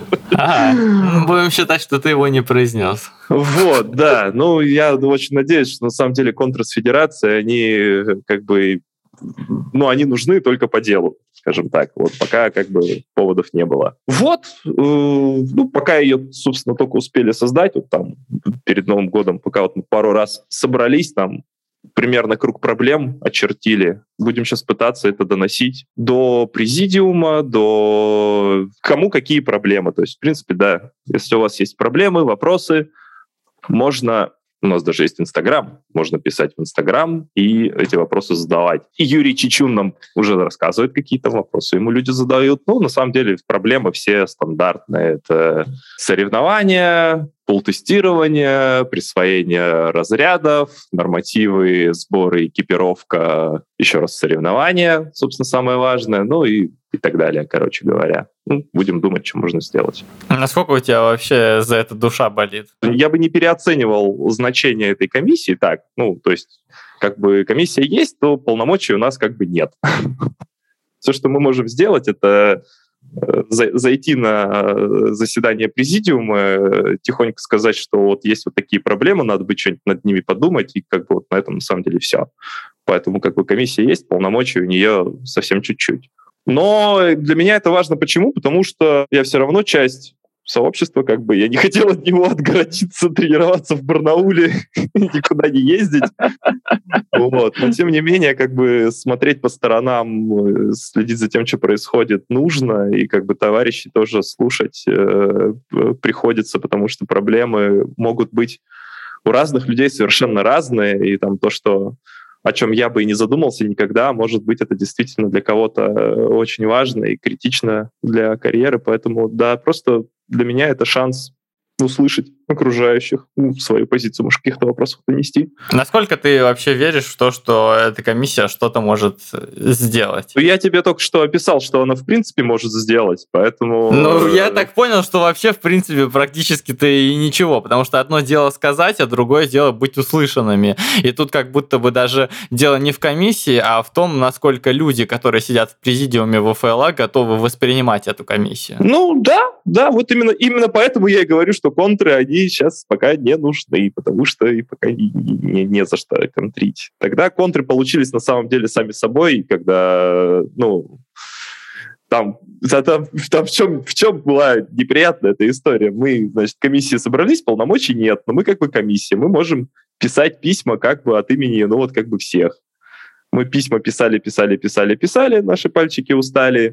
Ага, будем считать, что ты его не произнес. Вот, да. Ну, я очень надеюсь, что на самом деле контры с федерацией, они как бы, ну, они нужны только по делу, скажем так. Вот пока как бы поводов не было. Вот, э, ну, пока ее, собственно, только успели создать, вот там перед Новым годом, пока вот мы пару раз собрались, там примерно круг проблем очертили. Будем сейчас пытаться это доносить до президиума, до кому какие проблемы. То есть, в принципе, да, если у вас есть проблемы, вопросы, можно... У нас даже есть Инстаграм, можно писать в Инстаграм и эти вопросы задавать. И Юрий Чичун нам уже рассказывает какие-то вопросы, ему люди задают. Ну, на самом деле, проблемы все стандартные. Это соревнования, пул-тестирование, присвоение разрядов, нормативы, сборы, экипировка, еще раз соревнования, собственно, самое важное, ну и, и так далее, короче говоря. Ну, будем думать, что можно сделать. Насколько у тебя вообще за это душа болит? Я бы не переоценивал значение этой комиссии так, ну, то есть как бы комиссия есть, то полномочий у нас как бы нет. Все, что мы можем сделать, это зайти на заседание президиума, тихонько сказать, что вот есть вот такие проблемы, надо бы что-нибудь над ними подумать, и как бы вот на этом на самом деле все. Поэтому как бы комиссия есть, полномочий у нее совсем чуть-чуть. Но для меня это важно почему? Потому что я все равно часть сообщества, как бы я не хотел от него отгородиться, тренироваться в Барнауле, никуда не ездить. Вот. Но тем не менее, как бы смотреть по сторонам, следить за тем, что происходит, нужно, и как бы товарищи тоже слушать э, приходится, потому что проблемы могут быть у разных людей совершенно разные, и там то, что о чем я бы и не задумался никогда, может быть, это действительно для кого-то очень важно и критично для карьеры, поэтому, да, просто для меня это шанс услышать окружающих, ну, свою позицию, может, в каких-то вопросах донести. Насколько ты вообще веришь в то, что эта комиссия что-то может сделать? Я тебе только что описал, что она в принципе может сделать, поэтому... Ну, я так понял, что вообще в принципе практически-то и ничего, потому что одно дело сказать, а другое дело быть услышанными. И тут как будто бы даже дело не в комиссии, а в том, насколько люди, которые сидят в президиуме ВФЛА, готовы воспринимать эту комиссию. Ну, да, да, вот именно, именно поэтому я и говорю, что контры, они сейчас пока не нужны, потому что и пока не, не, не за что контрить. Тогда контры получились на самом деле сами собой, когда, ну, там, там, там в, чем, в чем была неприятная эта история. Мы, значит, комиссии собрались, полномочий нет, но мы как бы комиссия, мы можем писать письма как бы от имени, ну вот как бы всех. Мы письма писали, писали, писали, писали, наши пальчики устали.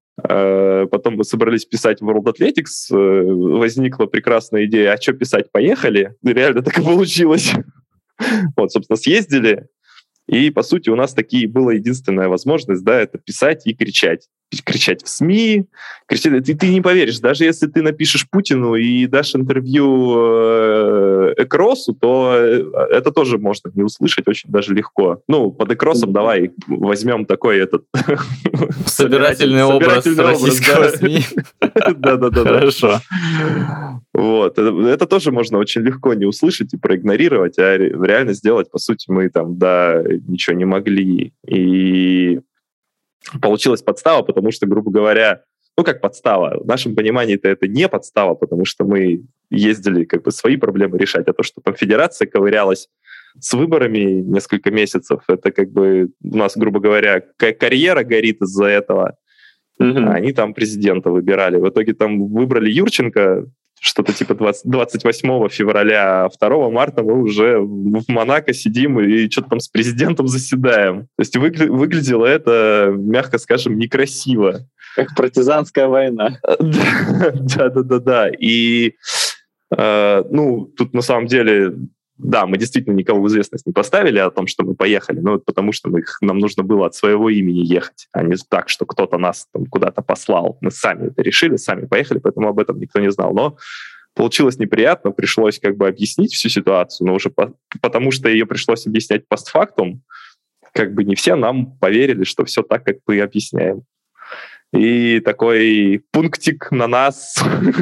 Потом мы собрались писать в World Athletics, возникла прекрасная идея, а что писать, поехали? И реально так и получилось. Вот, собственно, съездили, и, по сути, у нас такие была единственная возможность, да, это писать и кричать. Кричать в СМИ, кричать. Ты, ты не поверишь, даже если ты напишешь Путину и дашь интервью Экросу, то это тоже можно не услышать очень даже легко. Ну, под Экросом давай возьмем такой этот... Собирательный образ российского СМИ. Да-да-да. Хорошо. Вот. Это тоже можно очень легко не услышать и проигнорировать, а реально сделать, по сути, мы там, да, ничего не могли. И получилась подстава, потому что, грубо говоря, ну как подстава, в нашем понимании-то это не подстава, потому что мы ездили как бы свои проблемы решать, а то, что там федерация ковырялась с выборами несколько месяцев, это как бы у нас, грубо говоря, карьера горит из-за этого. Mm-hmm. Они там президента выбирали. В итоге там выбрали Юрченко, что-то типа двадцать восьмого февраля, а второго марта мы уже в Монако сидим и что-то там с президентом заседаем. То есть выгля- выглядело это, мягко скажем, некрасиво. Как партизанская война. Да-да-да-да. И, э, ну, тут на самом деле, да, мы действительно никого в известность не поставили о том, что мы поехали, но потому что мы, нам нужно было от своего имени ехать, а не так, что кто-то нас там куда-то послал. Мы сами это решили, сами поехали, поэтому об этом никто не знал. Но получилось неприятно, пришлось как бы объяснить всю ситуацию, но уже по, потому что ее пришлось объяснять постфактум, как бы не все нам поверили, что все так, как мы объясняем. И такой пунктик на нас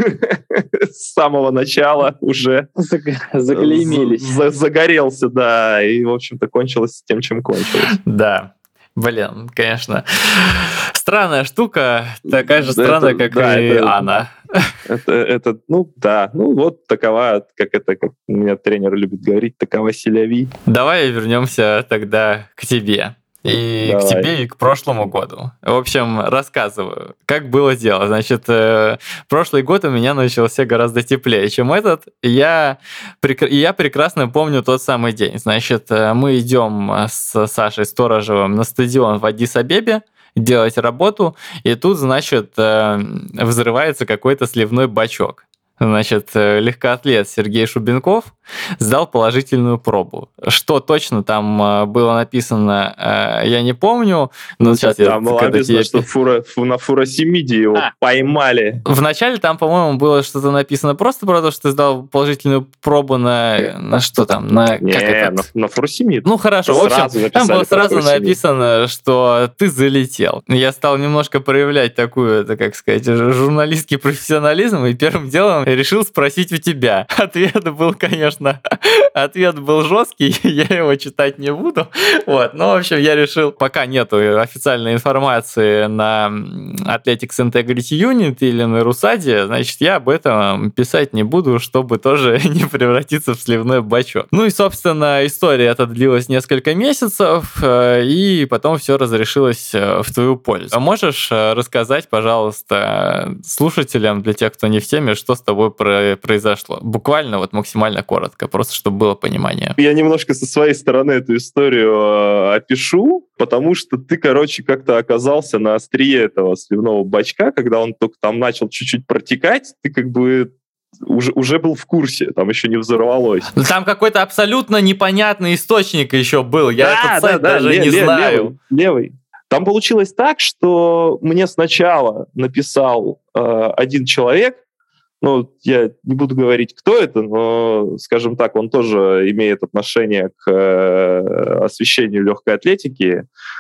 с самого начала уже заклеймились. Загорелся, да, и, в общем-то, кончилось тем, чем кончилось. Да. Блин, конечно. Странная штука, такая же странная, это, как да, и это, Анна. Это, это, ну да, ну вот такова, как это, как у меня тренер любит говорить, такова селяви. Давай вернемся тогда к тебе. И Давай. К тебе, и к прошлому году. В общем, рассказываю, как было дело. Значит, э, прошлый год у меня начался гораздо теплее, чем этот. Я, прек... я прекрасно помню тот самый день. Значит, мы идем с Сашей Сторожевым на стадион в Аддис-Абебе делать работу, и тут, значит, э, взрывается какой-то сливной бачок. Значит, легкоатлет Сергей Шубенков сдал положительную пробу. Что точно там было написано, я не помню. Но ну, сейчас там я, было написано, я... что фура, фу, на Фуросемиде его а. поймали. Вначале там, по-моему, было что-то написано просто про то, что ты сдал положительную пробу на... На что там? На, не, как это? на, на Фуросемид. Ну, хорошо. В общем, там было сразу написано, что ты залетел. Я стал немножко проявлять такую, это, как сказать, журналистский профессионализм, и первым делом решил спросить у тебя. Ответ был, конечно, ответ был жесткий, я его читать не буду. Вот. Но, в общем, я решил, пока нету официальной информации на Athletics Integrity Unit или на Русаде, значит, я об этом писать не буду, чтобы тоже не превратиться в сливной бачок. Ну и, собственно, история эта длилась несколько месяцев, и потом все разрешилось в твою пользу. А можешь рассказать, пожалуйста, слушателям, для тех, кто не в теме, что с тобой произошло? Буквально вот максимально коротко, просто чтобы было понимание. Я немножко со своей стороны эту историю э, опишу, потому что ты, короче, как-то оказался на острие этого сливного бачка, когда он только там начал чуть-чуть протекать, ты как бы уже, уже был в курсе, там еще не взорвалось. Там какой-то абсолютно непонятный источник еще был, я да, этот сайт да, даже да, не лев, знаю. Левый, левый. Там получилось так, что мне сначала написал э, один человек, ну, я не буду говорить, кто это, но, скажем так, он тоже имеет отношение к э, освещению легкой атлетики,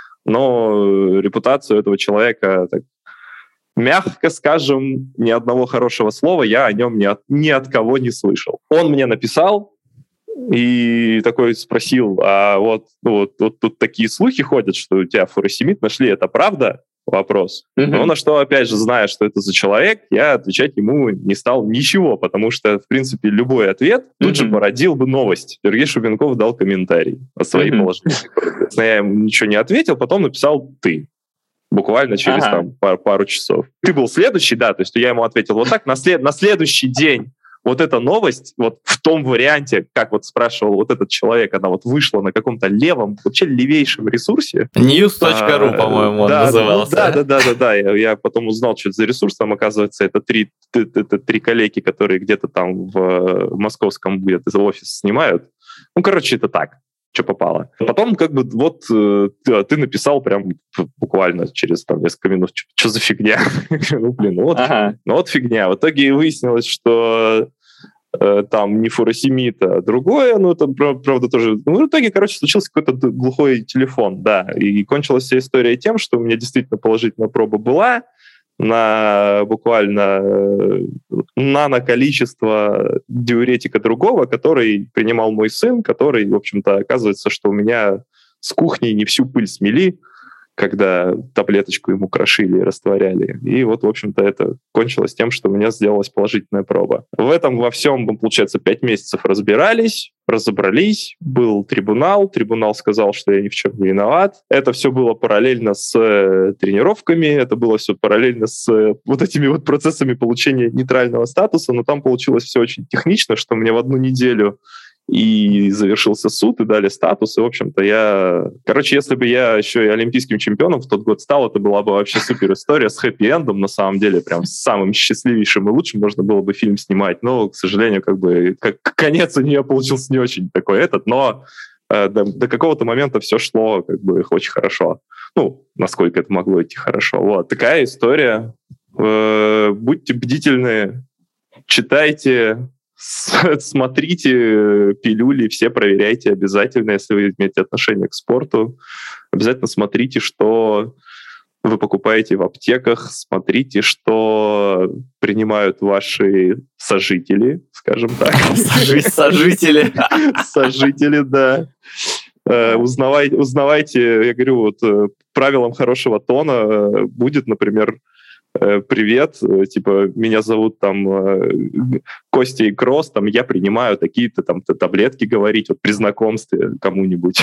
но репутацию этого человека, так, мягко скажем, ни одного хорошего слова я о нем ни от, ни от кого не слышал. Он мне написал и такой спросил, а вот, вот, вот тут такие слухи ходят, что у тебя фуросемид нашли, это правда? Вопрос. Mm-hmm. Но на что, опять же, зная, что это за человек, я отвечать ему не стал ничего, потому что, в принципе, любой ответ mm-hmm. тут же породил бы новость. Сергей Шубенков дал комментарий о своей mm-hmm. положительной пробе. Я ему ничего не ответил, потом написал «ты». Буквально через ага. там, пару, пару часов. Ты был следующий, да, то есть я ему ответил вот так, на, след, на следующий день вот эта новость, вот в том варианте, как вот спрашивал вот этот человек, она вот вышла на каком-то левом, вообще левейшем ресурсе. ньюс точка ру, а, по-моему, да, он назывался. Да, да, да, да, да. Я, я потом узнал, что это за ресурс. Там, оказывается, это три, это три коллеги, которые где-то там в, в московском будет офис снимают. Ну, короче, это так. Что попало. Потом как бы вот ты, ты написал прям буквально через там, несколько минут, что за фигня? ну, блин, ну вот, ага. ну вот фигня. В итоге выяснилось, что э, там не фуросемид, а другое, ну это правда тоже... Ну, в итоге, короче, случился какой-то глухой телефон, да. И кончилась вся история тем, что у меня действительно положительная проба была, на буквально нано количество диуретика другого, который принимал мой сын, который, в общем-то, оказывается, что у меня с кухни не всю пыль смели, когда таблеточку ему крошили и растворяли. И вот, в общем-то, это кончилось тем, что у меня сделалась положительная проба. В этом во всем, получается, пять месяцев разбирались, разобрались, был трибунал, трибунал сказал, что я ни в чем не виноват. Это все было параллельно с э, тренировками, это было все параллельно с э, вот этими вот процессами получения нейтрального статуса, но там получилось все очень технично, что мне в одну неделю и завершился суд, и дали статус, и, в общем-то, я... Короче, если бы я еще и олимпийским чемпионом в тот год стал, это была бы вообще супер история с хэппи-эндом, на самом деле, прям с самым счастливейшим и лучшим можно было бы фильм снимать, но, к сожалению, как бы, как конец у нее получился не очень такой этот, но э, до, до какого-то момента все шло, как бы, очень хорошо. Ну, насколько это могло идти хорошо. Вот, такая история. Э, будьте бдительны, читайте, смотрите пилюли, все проверяйте обязательно, если вы имеете отношение к спорту. Обязательно смотрите, что вы покупаете в аптеках, смотрите, что принимают ваши сожители, скажем так. Сожители. Сожители, да. Узнавайте, узнавайте, я говорю, вот правилом хорошего тона будет, например, привет, типа, меня зовут там Костя и Кросс, там, я принимаю такие-то там таблетки говорить вот при знакомстве кому-нибудь.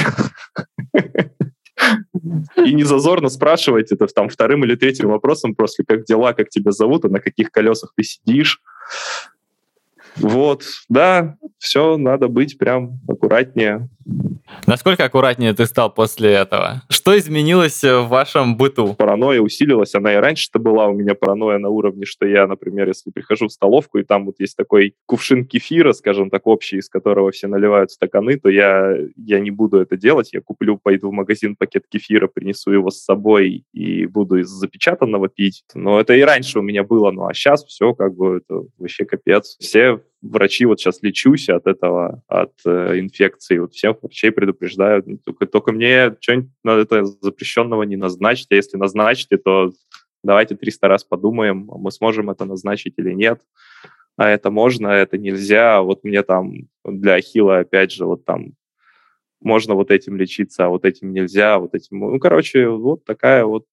И не зазорно спрашивать это там вторым или третьим вопросом просто, как дела, как тебя зовут, а на каких колесах ты сидишь. Вот, да, все, надо быть прям аккуратнее. Насколько аккуратнее ты стал после этого? Что изменилось в вашем быту? Паранойя усилилась, она и раньше-то была у меня паранойя на уровне, что я, например, если прихожу в столовку, и там вот есть такой кувшин кефира, скажем так, общий, из которого все наливают стаканы, то я, я не буду это делать, я куплю, пойду в магазин пакет кефира, принесу его с собой и буду из запечатанного пить. Но это и раньше у меня было, ну а сейчас все как бы это вообще капец. Все врачи, вот сейчас лечусь от этого, от э, инфекции, вот всех врачей предупреждают, только, только мне что-нибудь на это запрещенного не назначить, а если назначите, то давайте триста раз подумаем, мы сможем это назначить или нет, а это можно, а это нельзя, вот мне там для ахилла, опять же, вот там можно вот этим лечиться, а вот этим нельзя, вот этим... Ну, короче, вот такая вот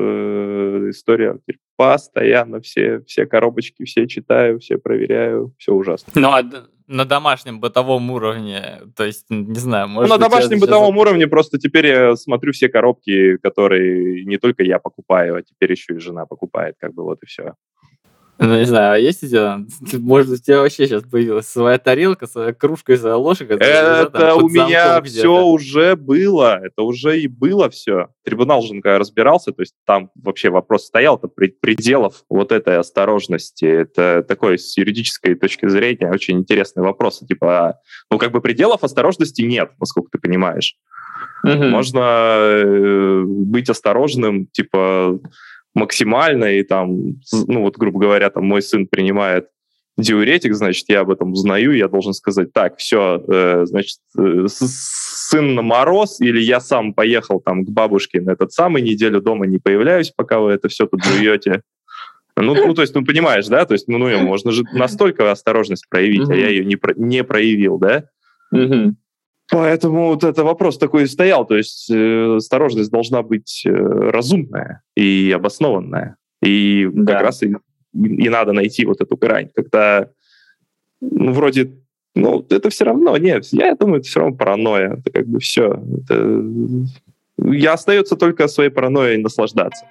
э, история. Постоянно все, все коробочки, все читаю, все проверяю, все ужасно. Ну, а на домашнем бытовом уровне, то есть, не знаю, может ну, на домашнем бытовом сейчас... уровне просто теперь я смотрю все коробки, которые не только я покупаю, а теперь еще и жена покупает, как бы вот и все. Ну, не знаю, а есть у тебя, может, у тебя вообще сейчас появилась своя тарелка, своя кружка и своя ложка? Это там, у меня все уже было, это уже и было все. Трибунал же когда разбирался, то есть там вообще вопрос стоял-то пределов вот этой осторожности. Это такой с юридической точки зрения очень интересный вопрос. Типа, ну как бы пределов осторожности нет, насколько ты понимаешь. Mm-hmm. Можно быть осторожным, типа... максимально, и там, ну вот, грубо говоря, там мой сын принимает диуретик, значит, я об этом узнаю, я должен сказать, так, все, э, значит, э, сын на мороз, или я сам поехал там к бабушке на этот самый, неделю дома не появляюсь, пока вы это все тут жуете. Ну, ну, то есть, ну, понимаешь, да, то есть, ну, ну можно же настолько осторожность проявить, mm-hmm. а я ее не, про- не проявил, да? Mm-hmm. Поэтому вот это вопрос такой и стоял. То есть э, осторожность должна быть э, разумная и обоснованная. И да. как раз и, и надо найти вот эту грань, когда ну, вроде, ну, это все равно, нет, я думаю, это все равно паранойя. Это как бы все. Это... Я остается только своей паранойей наслаждаться.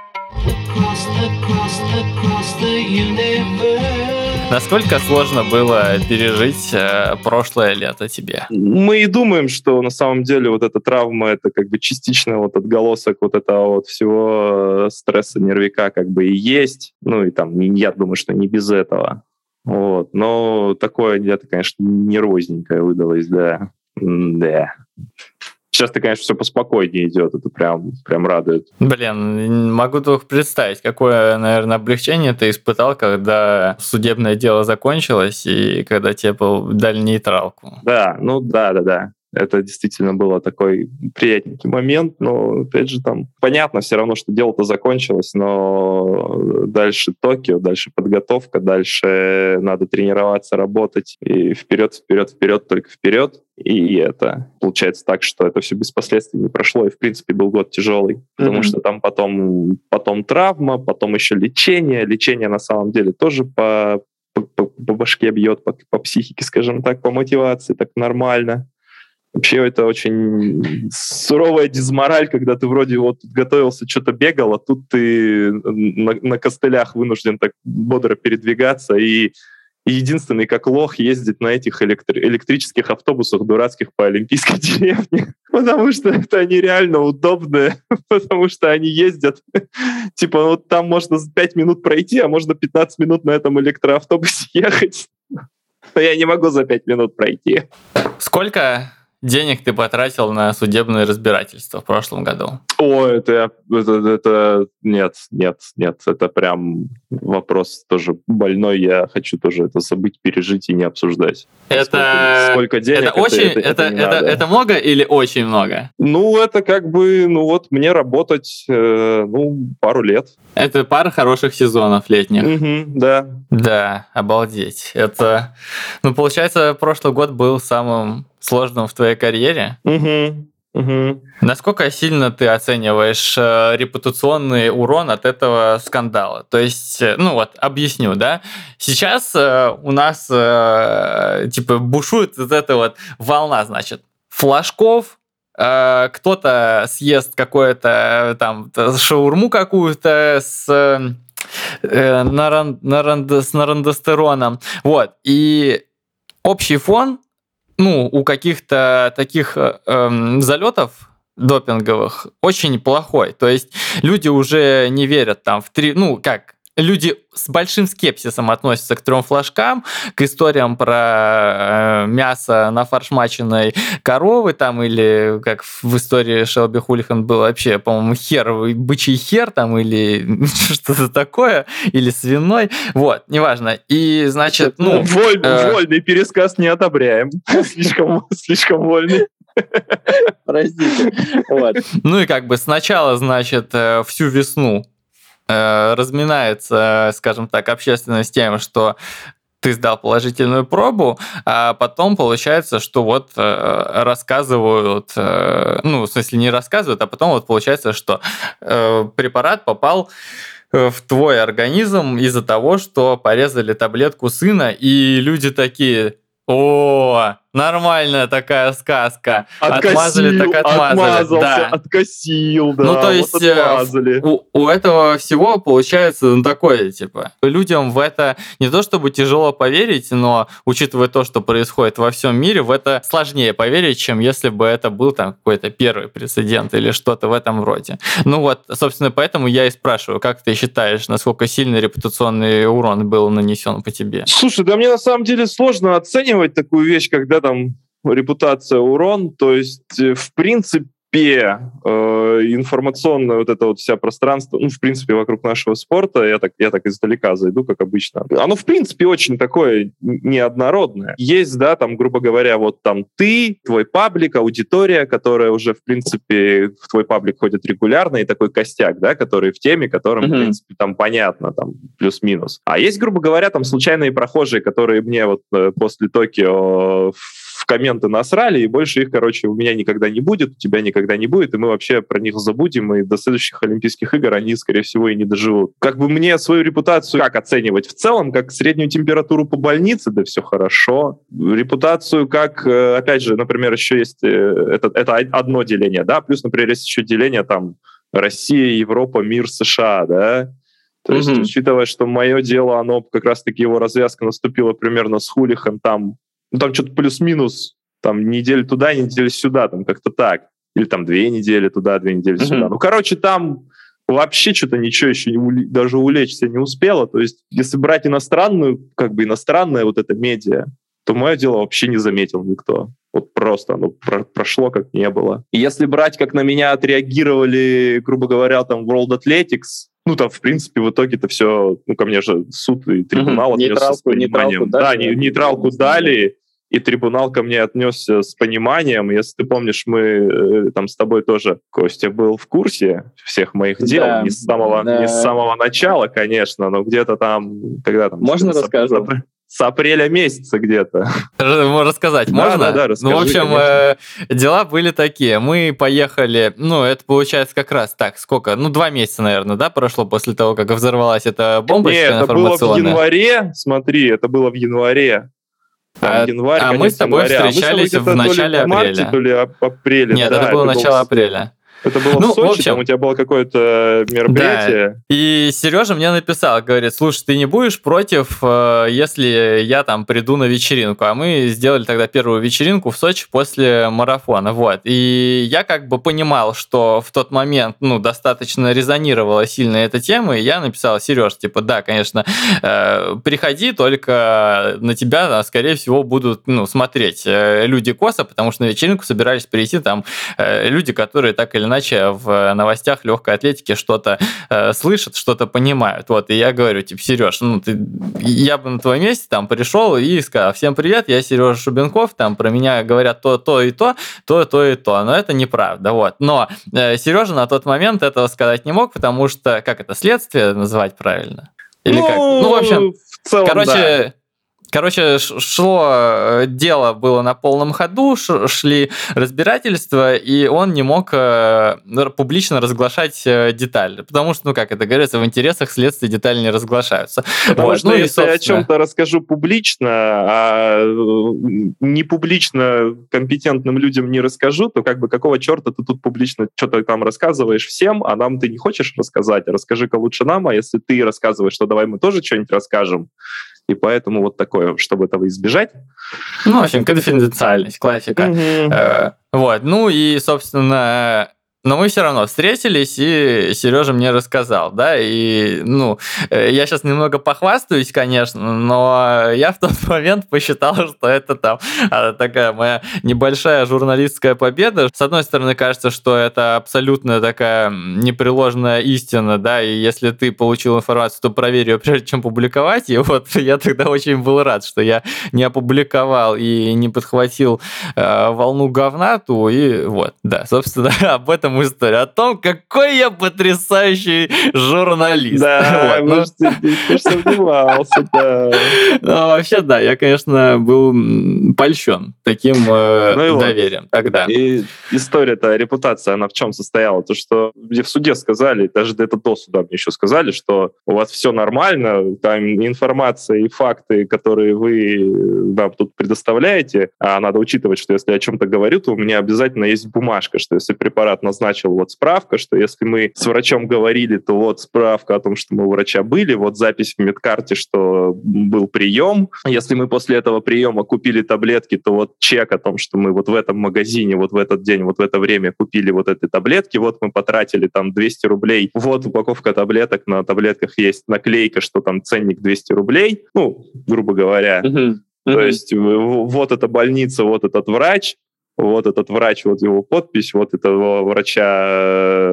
Насколько сложно было пережить э, прошлое лето тебе? Мы и думаем, что на самом деле вот эта травма, это как бы частично вот отголосок вот этого вот всего стресса, нервика как бы и есть. Ну и там, я думаю, что не без этого. Вот. Но такое лето, конечно, нервозненькое выдалось, да. Да. Сейчас-то, конечно, все поспокойнее идет, это прям, прям радует. Блин, могу только представить, какое, наверное, облегчение ты испытал, когда судебное дело закончилось и когда тебе дали нейтралку. Да, ну да-да-да. Это действительно было такой приятненький момент, но, опять же, там понятно все равно, что дело-то закончилось, но дальше Токио, дальше подготовка, дальше надо тренироваться, работать, и вперед, вперед, вперед, только вперед. И это получается так, что это все без последствий не прошло, и, в принципе, был год тяжелый, потому mm-hmm. что там потом, потом травма, потом еще лечение. Лечение, на самом деле, тоже по, по, по башке бьет, по, по психике, скажем так, по мотивации, так нормально. Вообще это очень суровая дизмораль, когда ты вроде вот готовился, что-то бегал, а тут ты на, на костылях вынужден так бодро передвигаться и, и единственный, как лох, ездит на этих электри- электрических автобусах дурацких по Олимпийской деревне, потому что это они реально удобные, потому что они ездят, типа вот там можно пять минут пройти, а можно пятнадцать минут на этом электроавтобусе ехать. Но я не могу за пять минут пройти. Сколько денег ты потратил на судебное разбирательство в прошлом году? О, это, это, это нет, нет, нет, это прям вопрос тоже больной. Я хочу тоже это забыть, пережить и не обсуждать. Это сколько, сколько денег? Это, это очень, это, это, это, это, это много или очень много? Ну, это как бы, ну вот мне работать, э, ну, пару лет. Это пара хороших сезонов летних. Угу, да. Да, обалдеть. Это, ну, получается, прошлый год был самым сложным в твоей карьере. Угу. Угу. Насколько сильно ты оцениваешь э, репутационный урон от этого скандала? То есть, э, ну вот, объясню, да. Сейчас э, у нас э, типа бушует вот эта вот волна, значит, флажков, э, кто-то съест какое-то там шаурму какую-то с э, наран, наран, с нарандостероном. Вот. И общий фон, ну, у каких-то таких э, э, залетов допинговых очень плохой. То есть люди уже не верят там в три... Ну, как... Люди с большим скепсисом относятся к трем флажкам, к историям про э, мясо нафаршмаченной коровы, там, или как в истории Шелби Хулихан был вообще, по-моему, хер, бычий хер, там, или что-то такое, или свиной, вот, неважно. И, значит, ну... Вольный, э... вольный пересказ не одобряем. Слишком, слишком вольный. Простите. Вот. Ну и как бы сначала, значит, всю весну разминается, скажем так, общественность тем, что ты сдал положительную пробу, а потом получается, что вот рассказывают, ну, в смысле не рассказывают, а потом вот получается, что препарат попал в твой организм из-за того, что порезали таблетку сына, и люди такие... О, нормальная такая сказка. Откосил, отмазали, так отмазали. Отмазался, да. откосил, да. Ну, то есть вот у, у этого всего получается ну, такое, типа, людям в это не то чтобы тяжело поверить, но учитывая то, что происходит во всем мире, в это сложнее поверить, чем если бы это был там какой-то первый прецедент или что-то в этом роде. Ну вот, собственно, поэтому я и спрашиваю, как ты считаешь, насколько сильный репутационный урон был нанесен по тебе? Слушай, да мне на самом деле сложно оценивать такую вещь, когда там репутация урон, то есть в принципе э, информационное вот это вот вся пространство, ну в принципе вокруг нашего спорта, я так, я так издалека зайду, как обычно, оно в принципе очень такое неоднородное. Есть, да, там, грубо говоря, вот там ты, твой паблик, аудитория, которая уже в принципе в твой паблик ходит регулярно, и такой костяк, да, который в теме, которым, mm-hmm. в принципе, там понятно, там плюс-минус. А есть, грубо говоря, там случайные прохожие, которые мне вот после Токио в комменты насрали, и больше их, короче, у меня никогда не будет, у тебя никогда не будет, и мы вообще про них забудем, и до следующих Олимпийских игр они, скорее всего, и не доживут. Как бы мне свою репутацию как оценивать? В целом, как среднюю температуру по больнице, да все хорошо. Репутацию как, опять же, например, еще есть, это, это одно деление, да, плюс, например, есть еще деление там Россия, Европа, мир, США, да. То есть, mm-hmm. учитывая, что мое дело, оно как раз-таки его развязка наступила примерно с Хулихан, там Ну, там что-то плюс-минус, там, неделю туда, неделю сюда, там, как-то так. Или там две недели туда, две недели mm-hmm. сюда. Ну, короче, там вообще что-то ничего еще не ули... даже улечься не успело. То есть, если брать иностранную, как бы иностранное вот это медиа, то мое дело вообще не заметил никто. Вот просто оно про- прошло, как не было. И если брать, как на меня отреагировали, грубо говоря, там, World Athletics, ну, там, в принципе, в итоге-то все, ну, ко мне же суд и трибунал mm-hmm. отнесся с пониманием. Да, нейтралку дали, и трибунал ко мне отнесся с пониманием. Если ты помнишь, мы там с тобой тоже, Костя, был в курсе всех моих дел, да, не, с самого, да. не с самого начала, конечно, но где-то там, когда там... Можно рассказать? С апреля месяца где-то. Рассказать да, можно? Да, да, расскажи, ну, в общем, э, дела были такие. Мы поехали, ну, это получается как раз так, сколько? Ну, два месяца, наверное, да, прошло после того, как взорвалась эта бомбочка Нет, информационная? это было в январе, смотри, это было в январе. А, январь, а мы с тобой января. встречались в начале то ли в марте, апреля. То ли апреля. Нет, да, это было это начало был... апреля. Это было ну, в Сочи, в общем, там у тебя было какое-то мероприятие. Да. И Сережа мне написал, говорит, слушай, ты не будешь против, если я там приду на вечеринку? А мы сделали тогда первую вечеринку в Сочи после марафона, вот. И я как бы понимал, что в тот момент, ну, достаточно резонировала сильно эта тема, и я написал, Сереж, типа, да, конечно, приходи, только на тебя, скорее всего, будут, ну, смотреть люди косо, потому что на вечеринку собирались прийти там люди, которые так или иначе в новостях легкой атлетики что-то э, слышат, что-то понимают. Вот, и я говорю, типа, Сереж, ну, ты, я бы на твоем месте там пришел и сказал, всем привет, я Сережа Шубенков, там про меня говорят то, то и то, то, то и то, но это неправда, вот. Но э, Сережа на тот момент этого сказать не мог, потому что, как это, следствие называть правильно? Или ну, как? Ну, в общем, в целом, короче... да. короче, шло дело было на полном ходу, шли разбирательства, и он не мог публично разглашать детали, потому что, ну, как это говорится, в интересах следствия детали не разглашаются. Потому вот. что ну, если и, собственно... я о чем-то расскажу публично, а не публично компетентным людям не расскажу, то как бы какого черта ты тут публично что-то там рассказываешь всем, а нам ты не хочешь рассказать, расскажи-ка лучше нам, а если ты рассказываешь, то давай мы тоже что-нибудь расскажем. И поэтому вот такое, чтобы этого избежать. Ну, в общем, конфиденциальность, классика. Mm-hmm. Вот, ну и, собственно... Но мы все равно встретились, и Сережа мне рассказал, да, и, ну, я сейчас немного похвастаюсь, конечно, но я в тот момент посчитал, что это там такая моя небольшая журналистская победа. С одной стороны, кажется, что это абсолютно такая непреложная истина, да, и если ты получил информацию, то проверь ее, прежде чем публиковать, и вот я тогда очень был рад, что я не опубликовал и не подхватил э, волну говна, то и вот, да, собственно, об этом история о том, какой я потрясающий журналист. Да, вот, может, ну... ты, ты сомневался, да. Ну, вообще, да, я, конечно, был польщен таким э, ну доверием вот. Тогда. И история-то, репутация, она в чем состояла? То, что мне в суде сказали, даже это до суда мне еще сказали, что у вас все нормально, там информация и факты, которые вы нам тут предоставляете, а надо учитывать, что если я о чем-то говорю, то у меня обязательно есть бумажка, что если препарат назначил, вот справка, что если мы с врачом говорили, то вот справка о том, что мы у врача были, вот запись в медкарте, что был прием. Если мы после этого приема купили таблетки, то вот чек о том, что мы вот в этом магазине, вот в этот день, вот в это время купили вот эти таблетки, вот мы потратили там двести рублей, вот упаковка таблеток, на таблетках есть наклейка, что там ценник двести рублей, ну, грубо говоря. Uh-huh. Uh-huh. То есть вот эта больница, вот этот врач, вот этот врач, вот его подпись, вот этого врача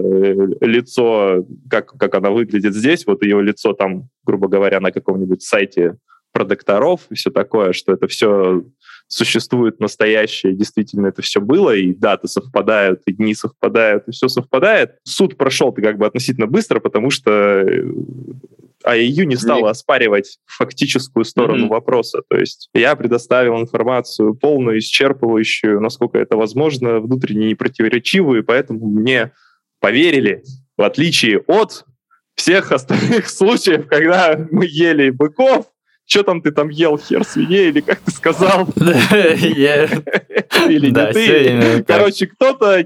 лицо, как, как она выглядит здесь, вот ее лицо там, грубо говоря, на каком-нибудь сайте про докторов и все такое, что это все существует настоящее, действительно это все было, и даты совпадают, и дни совпадают, и все совпадает. Суд прошел-то как бы относительно быстро, потому что эй ай ю не стала оспаривать фактическую сторону mm-hmm. вопроса. То есть я предоставил информацию полную, исчерпывающую, насколько это возможно, внутренне непротиворечивую, и поэтому мне поверили, в отличие от всех остальных случаев, когда мы ели быков. Что там ты там ел, хер свиней, или как ты сказал? Или не ты? Короче, кто-то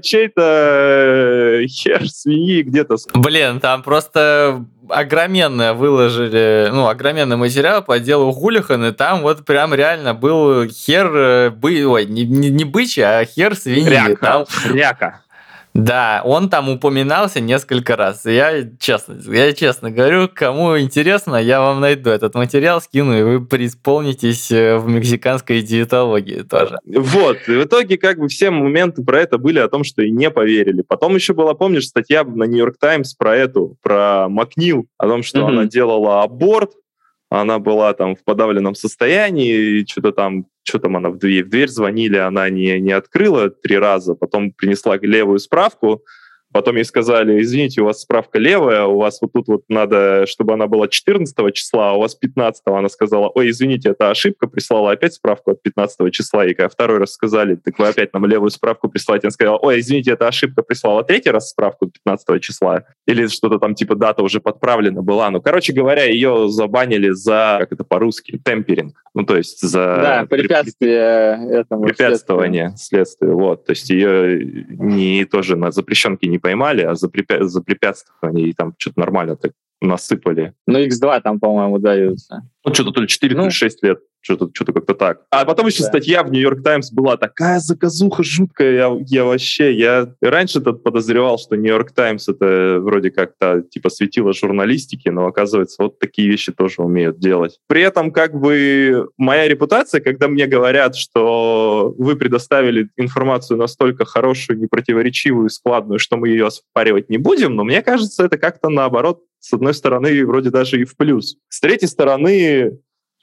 чей-то хер свиньи где-то... Блин, там просто огроменное выложили, ну, огроменный материал по делу Гулихан, и там вот прям реально был хер, бы, ой, не, не, не бычий, а хер свиньи. Ряка. Там... Ряка. Да, он там упоминался несколько раз. Я честно, я честно говорю, кому интересно, я вам найду этот материал, скину, и вы преисполнитесь в мексиканской диетологии тоже. Вот, и в итоге как бы все моменты про это были о том, что и не поверили. Потом еще была, помнишь, статья на Нью-Йорк Таймс про эту, про Макнил, о том, что mm-hmm. она делала аборт, она была там в подавленном состоянии, и что-то там, что там она в дверь, в дверь звонили, она не, не открыла три раза, потом принесла левую справку, потом ей сказали, извините, у вас справка левая, у вас вот тут вот надо, чтобы она была четырнадцатого числа, а у вас пятнадцатого. Она сказала, ой, извините, это ошибка, прислала опять справку от пятнадцатого числа, и когда второй раз сказали, так вы опять нам левую справку присылаете, она сказала, ой, извините, это ошибка, прислала третий раз справку от пятнадцатого числа, или что-то там типа дата уже подправлена была. Ну, короче говоря, ее забанили за, как это по-русски, темперинг, ну, то есть за... Да, препятствие этому препятствование следствию, вот, то есть ее не тоже на запрещенки не поймали, а за, препя... за препятствование и там что-то нормально так насыпали. Ну, икс два там, по-моему, даются. Ну, что-то то ли четыре, то ли шесть лет. Что-то, что-то как-то так. А потом еще да. статья в Нью-Йорк Таймс была такая заказуха жуткая. Я, я вообще... Я раньше-то подозревал, что Нью-Йорк Таймс это вроде как-то типа светило журналистики, но оказывается, вот такие вещи тоже умеют делать. При этом как бы моя репутация, когда мне говорят, что вы предоставили информацию настолько хорошую, непротиворечивую, складную, что мы ее оспаривать не будем, но мне кажется, это как-то наоборот, с одной стороны, вроде даже и в плюс. С третьей стороны,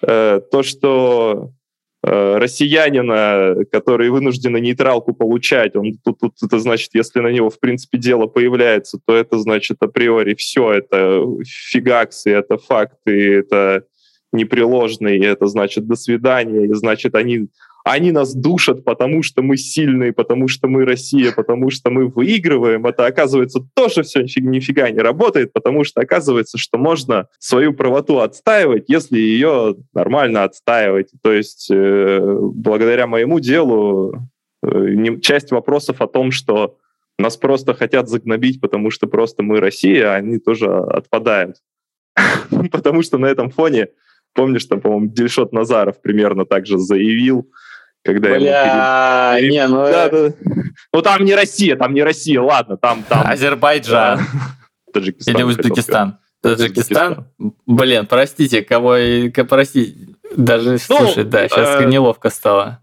то, что э, россиянина, который вынужден нейтралку получать, он тут, тут это значит, если на него в принципе дело появляется, то это значит априори все, это фигаксы, это факты, это непреложный, и это значит «до свидания», и значит они, они нас душат, потому что мы сильные, потому что мы Россия, потому что мы выигрываем, это, оказывается, тоже все нифига не работает, потому что оказывается, что можно свою правоту отстаивать, если ее нормально отстаивать. То есть э, благодаря моему делу э, часть вопросов о том, что нас просто хотят загнобить, потому что просто мы Россия, они тоже отпадают. Потому что на этом фоне, помнишь, там, по-моему, Дильшот Назаров примерно так же заявил, когда Бля, ему... не, ну... Да, да. Ну там не Россия, там не Россия, ладно, там... там... Азербайджан. Таджикистан. Или Узбекистан. Таджикистан? Блин, простите, кого... Простите. Даже, ну, слушай, да, сейчас э... неловко стало.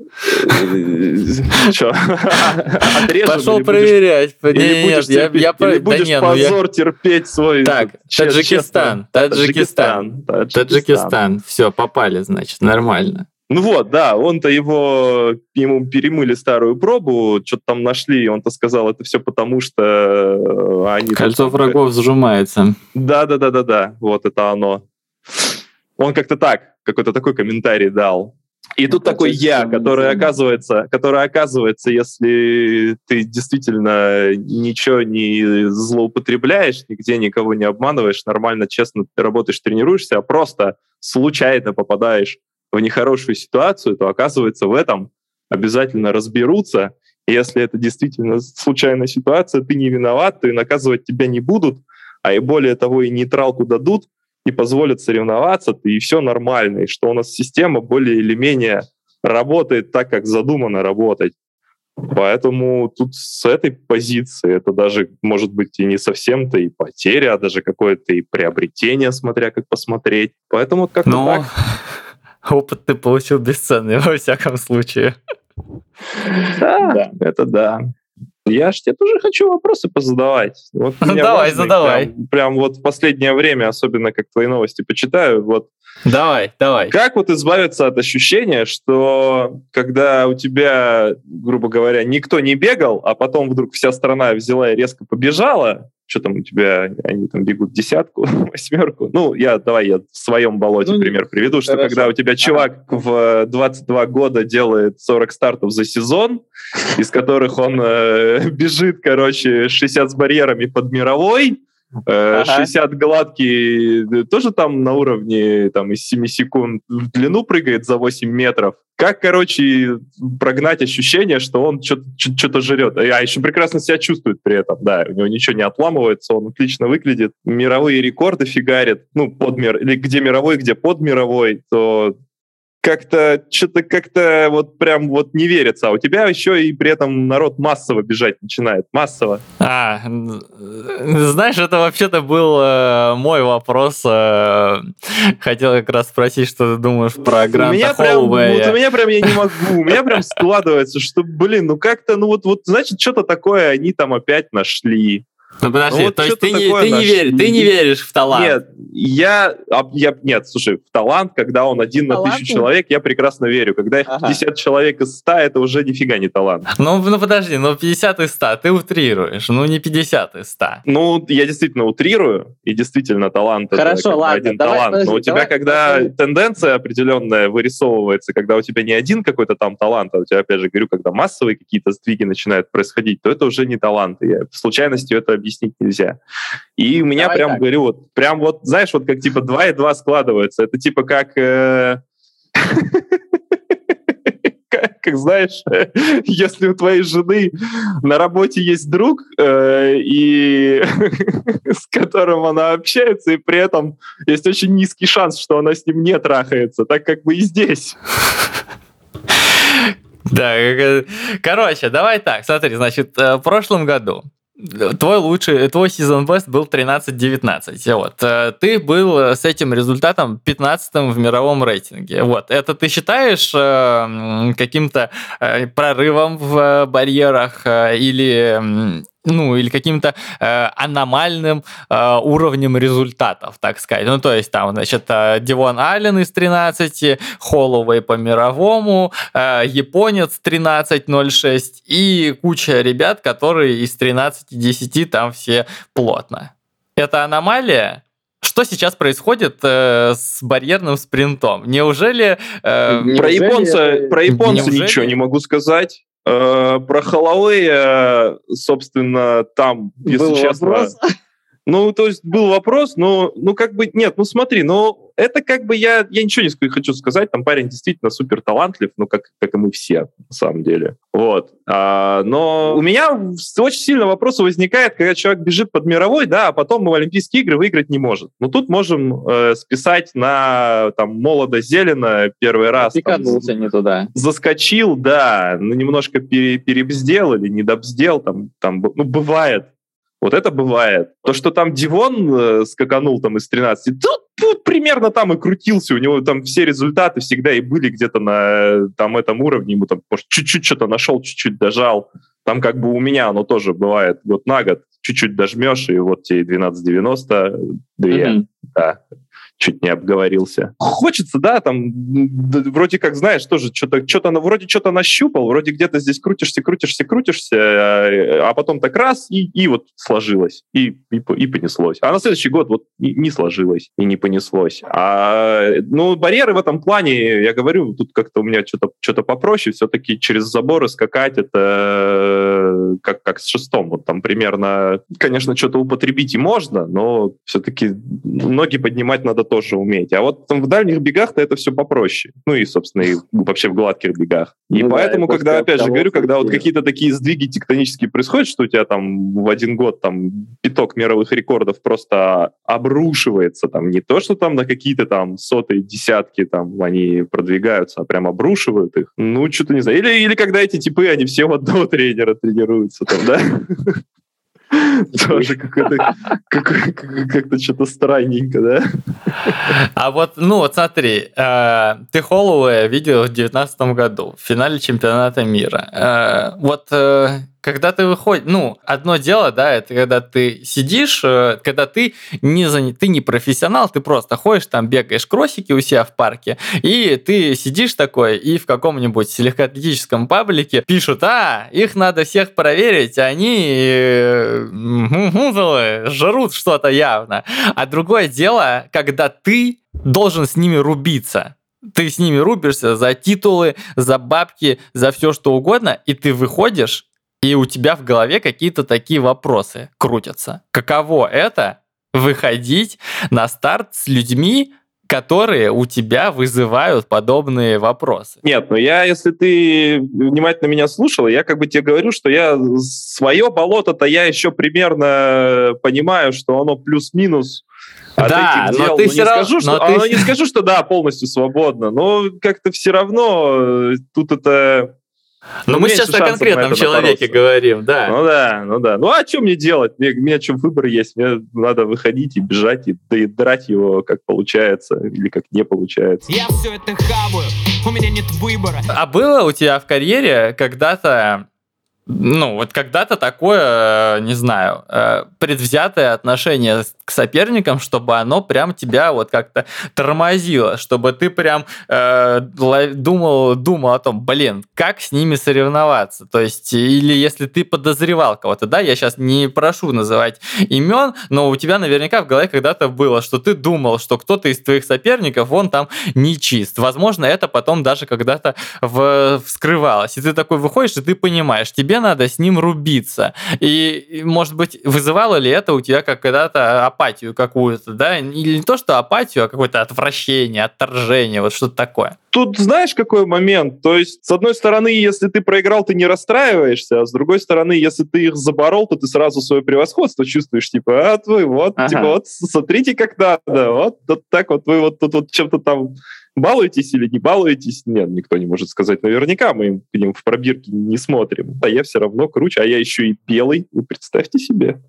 Что? Пошел проверять. Или будешь позор терпеть свой... Так, Таджикистан. Таджикистан. Таджикистан. Все, попали, значит, нормально. Ну вот, да, он-то его, ему перемыли старую пробу, что-то там нашли, и он-то сказал, это все потому, что они... Кольцо там... врагов сжимается. Да-да-да-да-да, вот это оно. Он как-то так, какой-то такой комментарий дал. И тут это такой я, который оказывается, который оказывается, если ты действительно ничего не злоупотребляешь, нигде никого не обманываешь, нормально, честно ты работаешь, тренируешься, а просто случайно попадаешь в нехорошую ситуацию, то, оказывается, в этом обязательно разберутся. И если это действительно случайная ситуация, ты не виноват, то и наказывать тебя не будут, а и более того, и нейтралку дадут, и позволят соревноваться, и все нормально, и что у нас система более или менее работает так, как задумано работать. Поэтому тут с этой позиции это даже может быть и не совсем-то и потеря, а даже какое-то и приобретение, смотря как посмотреть. Поэтому как-то Но... так... Опыт ты получил бесценный, во всяком случае. Да, да, это да. Я ж тебе тоже хочу вопросы позадавать. Вот давай, задавай. Прям, прям вот в последнее время, особенно как твои новости почитаю, вот. Давай, давай. Как вот избавиться от ощущения, что когда у тебя, грубо говоря, никто не бегал, а потом вдруг вся страна взяла и резко побежала, что там у тебя, они там бегут десятку, восьмерку. Ну, я, давай я в своем болоте ну, пример приведу, что хорошо. Когда у тебя чувак ага. в двадцать два года делает сорок стартов за сезон, из которых он э, бежит, короче, шестьдесят с барьерами под мировой, э, ага. шестьдесят гладкий, тоже там на уровне там, из семи секунд в длину прыгает за восемь метров. Как, короче, прогнать ощущение, что он что-то жрет. А еще прекрасно себя чувствует при этом, да. У него ничего не отламывается, он отлично выглядит. Мировые рекорды фигарит. Ну, под мир, или где мировой, где под мировой, то как-то что-то как-то вот прям вот не верится. А у тебя еще и при этом народ массово бежать начинает. Массово. А, знаешь, это вообще-то был э, мой вопрос. Э, хотел как раз спросить, что ты думаешь про Гранта Холлоуэя. Вот у меня прям, я не могу, у меня прям складывается, что, блин, ну как-то, ну вот, вот значит, что-то такое они там опять нашли. Ну подожди, ну, вот то есть ты, не, ты, не веришь, ты не веришь в талант? Нет, я, я, нет, слушай, в талант, когда он один талант? на тысячу человек, я прекрасно верю. Когда их ага. пятьдесят человек из ста, это уже нифига не талант. Ну, ну подожди, ну пятьдесят из ста, ты утрируешь, ну не пятьдесят из ста. Ну, я действительно утрирую, и действительно талант Хорошо, это ладно, один давай, талант. подожди, Но у тебя, давай, когда подожди. тенденция определенная вырисовывается, когда у тебя не один какой-то там талант, а у тебя, опять же, говорю, когда массовые какие-то сдвиги начинают происходить, то это уже не талант. И случайностью это объяснить нельзя. И у меня Давай прям, так. говорю, вот, прям вот, знаешь, вот как типа два и два складываются. Это типа как, э... как, как, знаешь, если у твоей жены на работе есть друг, э, и с которым она общается, и при этом есть очень низкий шанс, что она с ним не трахается, так как бы и здесь. Да, короче, давай так, смотри, значит, в прошлом году твой лучший, твой сезон бест был тринадцать девятнадцать. Вот. Ты был с этим результатом пятнадцатым в мировом рейтинге. Вот. Это ты считаешь э, каким-то э, прорывом в барьерах э, или, ну, или каким-то э, аномальным э, уровнем результатов, так сказать? Ну, то есть там, значит, Девон Аллен из тринадцати, Холлоуэй по мировому, э, японец тринадцать ноль шесть и куча ребят, которые из тринадцати десяти там все плотно. Это аномалия? что сейчас происходит э, с барьерным спринтом? Неужели... Э, Неужели... Про японца, про японца Неужели... ничего не могу сказать. Э, про Холлоуэя, собственно, там, если Был честно... Вопрос? Ну, то есть был вопрос, но, ну, как бы, нет, ну, смотри, ну, это как бы я, я ничего не хочу сказать, там парень действительно супер талантлив, ну, как, как и мы все, на самом деле. Вот. А, но у меня очень сильно вопрос возникает, когда человек бежит под мировой, да, а потом в Олимпийские игры выиграть не может. Но тут можем э, списать на, там, молодо-зелено первый раз. Прикатывался не туда. Заскочил, да, ну, немножко пере, перебздел или недобздел, там, там, ну, бывает. Вот это бывает. То, что там Дивон э, скаканул там из тринадцати, тут, тут примерно там и крутился. У него там все результаты всегда и были где-то на там, этом уровне. Ему там, может, чуть-чуть что-то нашел, чуть-чуть дожал. Там как бы у меня оно тоже бывает год на год. Чуть-чуть дожмешь, и вот тебе двенадцать девяносто два. Mm-hmm. Да. Чуть не обговорился. Хочется, да, там, вроде как, знаешь, тоже что-то, что-то, вроде что-то нащупал, вроде где-то здесь крутишься, крутишься, крутишься, а потом так раз, и, и вот сложилось, и, и, и понеслось. А на следующий год вот не сложилось, и не понеслось. А, ну, барьеры в этом плане, я говорю, тут как-то у меня что-то, что-то попроще, все-таки через заборы скакать, это как, как с шестом. Вот там примерно, конечно, что-то употребить и можно, но все-таки ноги поднимать надо тоже уметь. А вот там в дальних бегах-то это все попроще. Ну и, собственно, и вообще в гладких бегах. И ну поэтому, да, когда, опять же, говорю, когда вот какие-то такие сдвиги тектонические происходят, что у тебя там в один год там пяток мировых рекордов просто обрушивается, там не то, что там на какие-то там сотые, десятки там они продвигаются, а прям обрушивают их. Ну, что-то не знаю. Или, или когда эти типы, они все у одного тренера тренируются там, да? Тоже как-то, как-то что-то странненько, да? А вот, ну вот смотри, э, ты Холлоуэя видел в девятнадцатом году в финале чемпионата мира. Э, вот э, когда ты выходишь, ну, одно дело, да, это когда ты сидишь, э, когда ты не, занят, ты не профессионал, ты просто ходишь там, бегаешь кроссики у себя в парке, и ты сидишь такой, и в каком-нибудь легкоатлетическом паблике пишут, а, их надо всех проверить, они э, жрут что-то явно. А другое дело, когда ты должен с ними рубиться. Ты с ними рубишься за титулы, за бабки, за все что угодно, и ты выходишь, и у тебя в голове какие-то такие вопросы крутятся. Каково это выходить на старт с людьми, которые у тебя вызывают подобные вопросы? Нет, ну я, если ты внимательно меня слушал, я как бы тебе говорю, что я свое болото-то я еще примерно понимаю, что оно плюс-минус от да, этих дел. Но ты ну, все не, равно, скажу, что, ты... а, не скажу, что да, полностью свободно, но как-то все равно тут это... Но ну, мы сейчас о конкретном человеке говорим, да. Ну да, ну да. Ну а что мне делать? Мне, у меня что, выбор есть? Мне надо выходить и бежать, и, да, и драть его, как получается, или как не получается. Я все это хаваю, у меня нет выбора. А было у тебя в карьере когда-то, ну, вот когда-то такое, не знаю, предвзятое отношение к соперникам, чтобы оно прям тебя вот как-то тормозило, чтобы ты прям э, думал, думал о том, блин, как с ними соревноваться, то есть, или если ты подозревал кого-то, да, я сейчас не прошу называть имен, но у тебя наверняка в голове когда-то было, что ты думал, что кто-то из твоих соперников, он там нечист, возможно, это потом даже когда-то в... вскрывалось, и ты такой выходишь, и ты понимаешь, тебе надо с ним рубиться. И, может быть, вызывало ли это у тебя как когда-то апатию какую-то, да? Или не то, что апатию, а какое-то отвращение, отторжение, вот что-то такое. Тут знаешь, какой момент? То есть, с одной стороны, если ты проиграл, ты не расстраиваешься, а с другой стороны, если ты их заборол, то ты сразу свое превосходство чувствуешь, типа, а вы вот, ага. типа, вот, смотрите, как надо, вот, вот так вот, вы вот тут вот чем-то там балуетесь или не балуетесь? Нет, никто не может сказать наверняка, мы им, им в пробирке не смотрим. А я все равно круче, а я еще и белый. Вы представьте себе.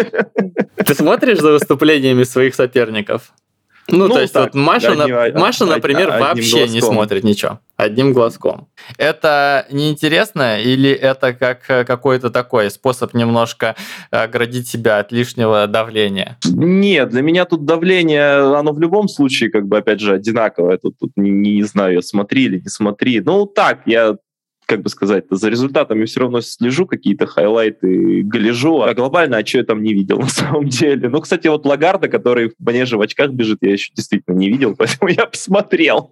Ты смотришь за выступлениями своих соперников? Ну, ну, то есть так, вот Маша, одним, на, Маша, например, вообще глазком. Не смотрит ничего. Одним глазком. Это неинтересно или это как какой-то такой способ немножко оградить себя от лишнего давления? Нет, для меня тут давление, оно в любом случае, как бы, опять же, одинаковое. Тут, тут не, не знаю, смотри или не смотри. Ну, так, я как бы сказать, за результатами все равно слежу, какие-то хайлайты гляжу, а глобально, а что я там не видел на самом деле? Ну, кстати, вот Лагарда, который в манеже в очках бежит, я еще действительно не видел, поэтому я посмотрел.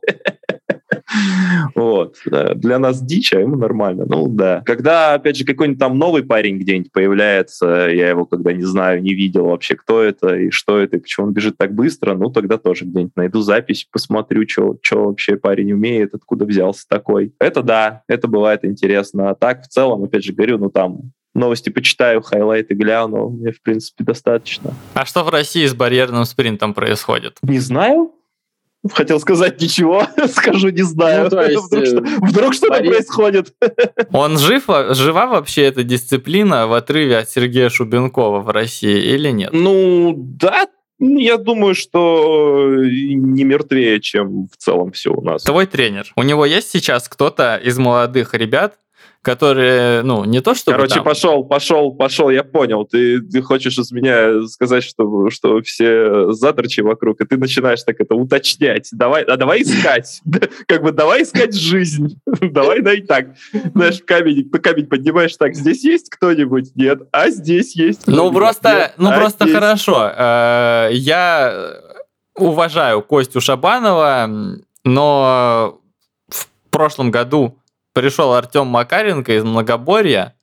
Вот. Да. Для нас дичь, а ему нормально. Ну да. Когда, опять же, какой-нибудь там новый парень где-нибудь появляется, я его когда не знаю, не видел вообще, кто это и что это, и почему он бежит так быстро, ну тогда тоже где-нибудь найду запись, посмотрю, что вообще парень умеет, откуда взялся такой. Это да, это бывает интересно. А так, в целом, опять же, говорю, ну там новости почитаю, хайлайты гляну, мне, в принципе, достаточно. А что в России с барьерным спринтом происходит? Не знаю. Хотел сказать ничего, скажу не знаю. Ну, есть, вдруг, что, вдруг что-то барьер... происходит. Он жив, жива вообще эта дисциплина в отрыве от Сергея Шубенкова в России или нет? Ну, да, я думаю, что не мертвее, чем в целом все у нас. Твой тренер, у него есть сейчас кто-то из молодых ребят, которые, ну, не то чтобы Короче, там... пошел, пошел, пошел, я понял. Ты, ты хочешь из меня сказать, что, что все задрочи вокруг, и ты начинаешь так это уточнять. Давай, а давай искать. Как бы давай искать жизнь. Давай, дай так. Знаешь, камень, камень поднимаешь так, здесь есть кто-нибудь? Нет. А здесь есть Ну, просто, ну, просто хорошо. Я уважаю Костю Шабанова, но в прошлом году пришел Артем Макаренко из Многоборья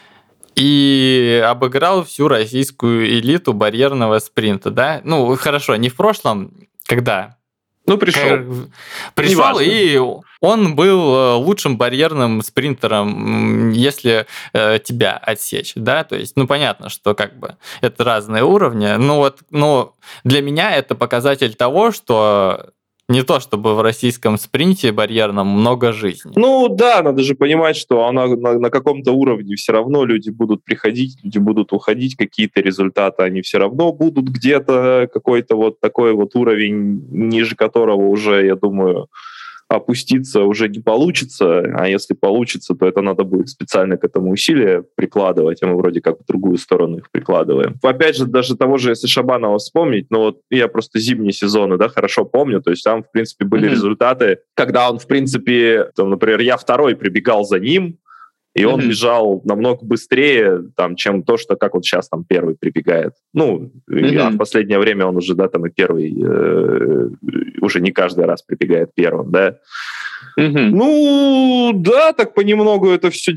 и обыграл всю российскую элиту барьерного спринта, да? Ну, хорошо, не в прошлом, когда? Ну, пришел. Как... Пришел, и он был лучшим барьерным спринтером, если э, тебя отсечь, да? То есть, ну, понятно, что как бы это разные уровни, но вот, но для меня это показатель того, что не то чтобы в российском спринте барьерном много жизни. Ну да, надо же понимать, что она на, на каком-то уровне все равно люди будут приходить, люди будут уходить, какие-то результаты они все равно будут где-то, какой-то вот такой вот уровень, ниже которого уже, я думаю, опуститься уже не получится, а если получится, то это надо будет специально к этому усилия прикладывать, а мы вроде как в другую сторону их прикладываем. Опять же, даже того же, если Шабанова вспомнить, ну вот я просто зимние сезоны, да, хорошо помню, то есть там, в принципе, были mm-hmm. результаты, когда он, в принципе, там, например, я второй прибегал за ним, и он mm-hmm. бежал намного быстрее, там, чем то, что как он сейчас там первый прибегает. Ну, mm-hmm. а в последнее время он уже, да, там и первый, э, уже не каждый раз прибегает первым, да. Mm-hmm. Ну, да, так понемногу это все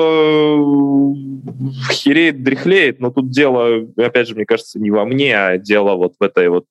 дело хереет, дряхлеет, но тут дело, опять же, мне кажется, не во мне, а дело вот в этой вот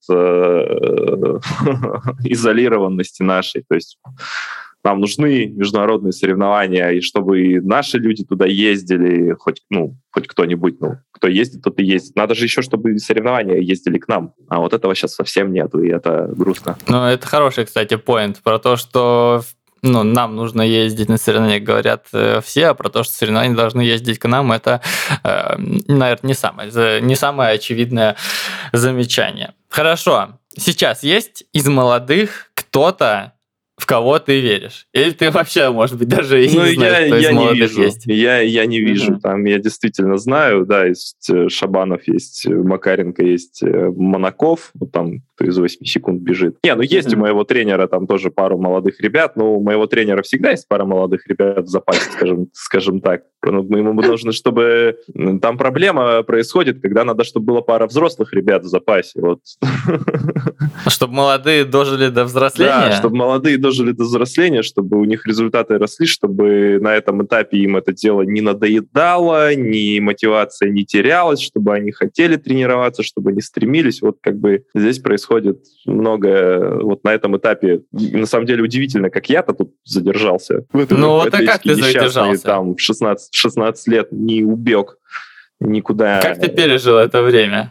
э, изолированности нашей, то есть нам нужны международные соревнования, и чтобы и наши люди туда ездили, хоть, ну, хоть кто-нибудь, ну, кто ездит, тот и ездит. Надо же еще, чтобы соревнования ездили к нам. А вот этого сейчас совсем нет, и это грустно. Ну, это хороший, кстати, поинт про то, что ну, нам нужно ездить на соревнования, говорят э, все, а про то, что соревнования должны ездить к нам, это, э, наверное, не самое, не самое очевидное замечание. Хорошо. Сейчас есть из молодых кто-то, в кого ты веришь? Или ты вообще, может быть, даже и ну, не знаешь, я, кто я из молодых не вижу. есть? Я, я не вижу. Mm-hmm. Там я действительно знаю, да, есть Шабанов, есть Макаренко, есть Монаков, вот там кто из восьми секунд бежит. Не, ну есть mm-hmm. у моего тренера там тоже пару молодых ребят, но у моего тренера всегда есть пара молодых ребят в запасе, скажем, скажем так. Ему нужно, чтобы... Там проблема происходит, когда надо, чтобы была пара взрослых ребят в запасе. Вот. Чтобы молодые дожили до взросления? Да, чтобы молодые дожили до взросления, чтобы у них результаты росли, чтобы на этом этапе им это дело не надоедало, ни мотивация не терялась, чтобы они хотели тренироваться, чтобы они стремились. Вот как бы здесь происходит многое вот на этом этапе. И на самом деле удивительно, как я-то тут задержался. Ну вот а как ты задержался? Там в шестнадцать лет не убег никуда. Как ты пережил это время?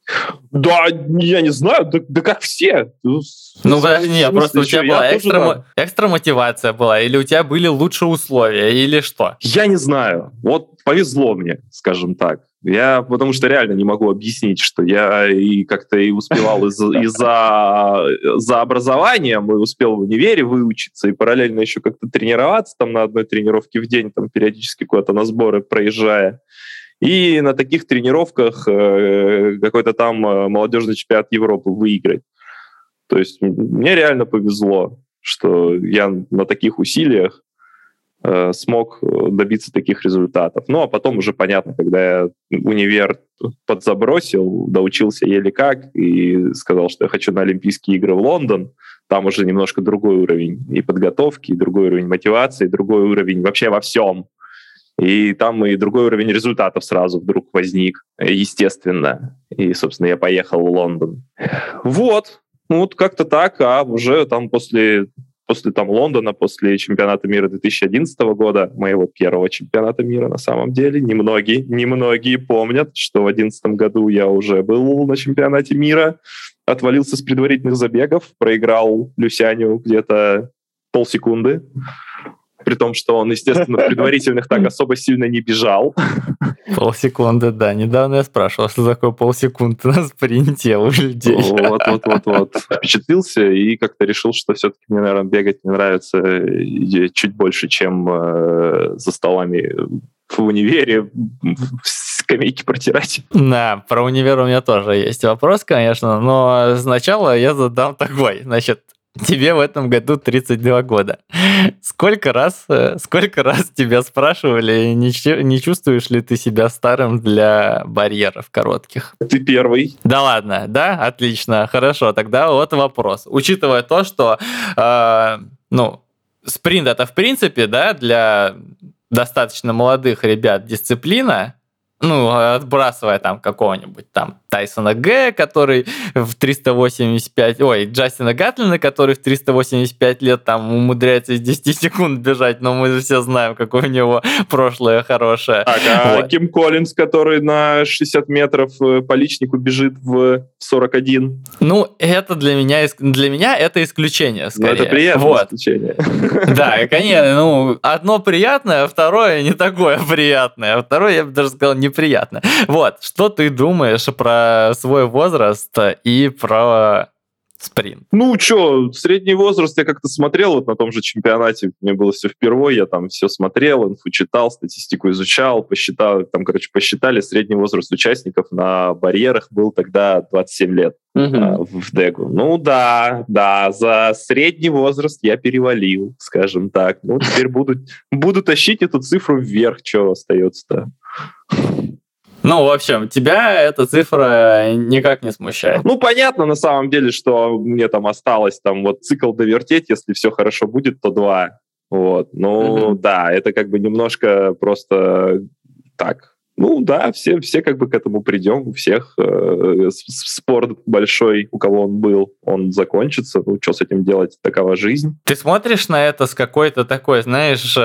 Да, я не знаю, да, да как все. Ну, подожди, нет, просто у тебя была экстра, экстра мотивация была, или у тебя были лучшие условия, или что? Я не знаю. Вот повезло мне, скажем так. Я, потому что реально не могу объяснить, что я и как-то и успевал из-за, из-за за образованием, и успел в универе выучиться, и параллельно еще как-то тренироваться там на одной тренировке в день, там периодически куда-то на сборы проезжая. И на таких тренировках э, какой-то там э, молодежный чемпионат Европы выиграть. То есть мне реально повезло, что я на таких усилиях э, смог добиться таких результатов. Ну, а потом уже понятно, когда я универ подзабросил, доучился еле как, и сказал, что я хочу на Олимпийские игры в Лондон, там уже немножко другой уровень и подготовки, и другой уровень мотивации, и другой уровень вообще во всем. И там и другой уровень результатов сразу вдруг возник, естественно. И, собственно, я поехал в Лондон. Вот. Ну, вот как-то так. А уже там после, после там, Лондона, после чемпионата мира две тысячи одиннадцатого года, моего первого чемпионата мира на самом деле, немногие, немногие помнят, что в две тысячи одиннадцатом году я уже был на чемпионате мира, отвалился с предварительных забегов, проиграл Люсяню где-то полсекунды. При том, что он, естественно, в предварительных так особо сильно не бежал. Полсекунды, да. Недавно я спрашивал, что такое полсекунды на спринте у людей. Вот-вот-вот. Впечатлился и как-то решил, что все-таки мне, наверное, бегать мне нравится чуть больше, чем э, за столами в универе скамейки протирать. Да, про универ у меня тоже есть вопрос, конечно, но сначала я задам такой. Значит, тебе в этом году тридцать два года. Сколько раз, сколько раз тебя спрашивали, не, не чувствуешь ли ты себя старым для барьеров коротких? Ты первый. Да ладно, да? Отлично, хорошо. Тогда вот вопрос. Учитывая то, что э, ну, спринт это в принципе, да, для достаточно молодых ребят дисциплина, ну, отбрасывая там какого-нибудь там Тайсона Г, который в триста восемьдесят пять... Ой, Джастина Гатлина, который в триста восемьдесят пять лет там умудряется из десяти секунд бежать, но мы все знаем, какое у него прошлое хорошее. Так, а вот. Ким Коллинз, который на шестьдесят метров по личнику бежит в сорок один. Ну, это для меня, для меня это исключение, скорее. Ну, это приятное вот. исключение. Да, конечно, ну, одно приятное, а второе не такое приятное, а второе, я бы даже сказал, неприятно. Вот, что ты думаешь про свой возраст и про спринт? Ну, что, средний возраст я как-то смотрел вот на том же чемпионате, мне было все впервые, я там все смотрел, инфу читал, статистику изучал, посчитал, там, короче, посчитали, средний возраст участников на барьерах был тогда двадцать семь лет угу. а, в Дегу. Ну да, да, за средний возраст я перевалил, скажем так. Ну, теперь буду, буду тащить эту цифру вверх, что остается-то. Ну, в общем, тебя эта цифра никак не смущает. Ну, понятно, на самом деле, что мне там осталось там вот цикл довертеть, если все хорошо будет, то два. Вот. Ну, mm-hmm. да, это как бы немножко просто так. Ну, да, все, все как бы к этому придем, у всех э, спорт большой, у кого он был, он закончится. Ну, что с этим делать? Такова жизнь. Ты смотришь на это с какой-то такой, знаешь,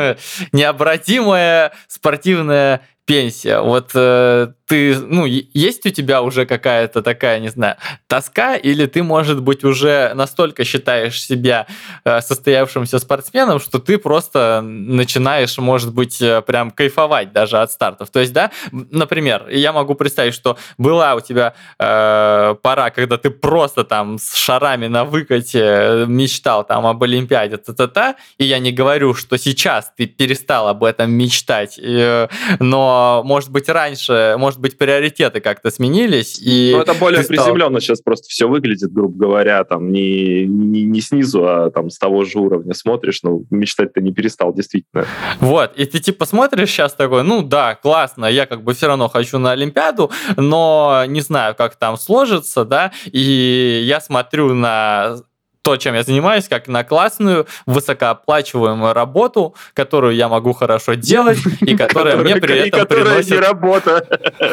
необратимая спортивная пенсия. Вот э, ты, ну, есть у тебя уже какая-то такая, не знаю, тоска, или ты, может быть, уже настолько считаешь себя э, состоявшимся спортсменом, что ты просто начинаешь, может быть, прям кайфовать даже от стартов. То есть, да, например, я могу представить, что была у тебя э, пора, когда ты просто там с шарами на выкате мечтал там об Олимпиаде, та-та-та, и я не говорю, что сейчас ты перестал об этом мечтать, э, но может быть, раньше, может быть, приоритеты как-то сменились. И ну, это более стал... приземленно сейчас просто все выглядит, грубо говоря, там не, не, не снизу, а там с того же уровня смотришь, ну, мечтать-то не перестал, действительно. Вот, и ты типа смотришь сейчас такой, ну да, классно, я как бы все равно хочу на Олимпиаду, но не знаю, как там сложится, да, и я смотрю на... то, чем я занимаюсь, как на классную, высокооплачиваемую работу, которую я могу хорошо делать, и которая мне при этом приносит... И работа.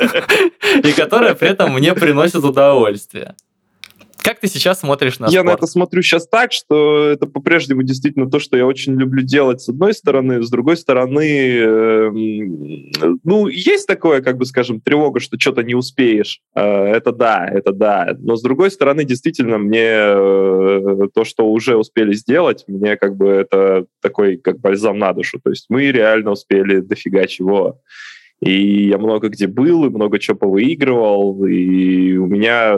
И которая при этом мне приносит удовольствие. Как ты сейчас смотришь на спорт? Я на это смотрю сейчас так, что это по-прежнему действительно то, что я очень люблю делать с одной стороны, с другой стороны, э, ну, есть такое, как бы, скажем, тревога, что что-то не успеешь. Э, это да, это да. Но с другой стороны, действительно, мне э, то, что уже успели сделать, мне как бы это такой, как бальзам на душу. То есть мы реально успели дофига чего. И я много где был, и много чего повыигрывал, и у меня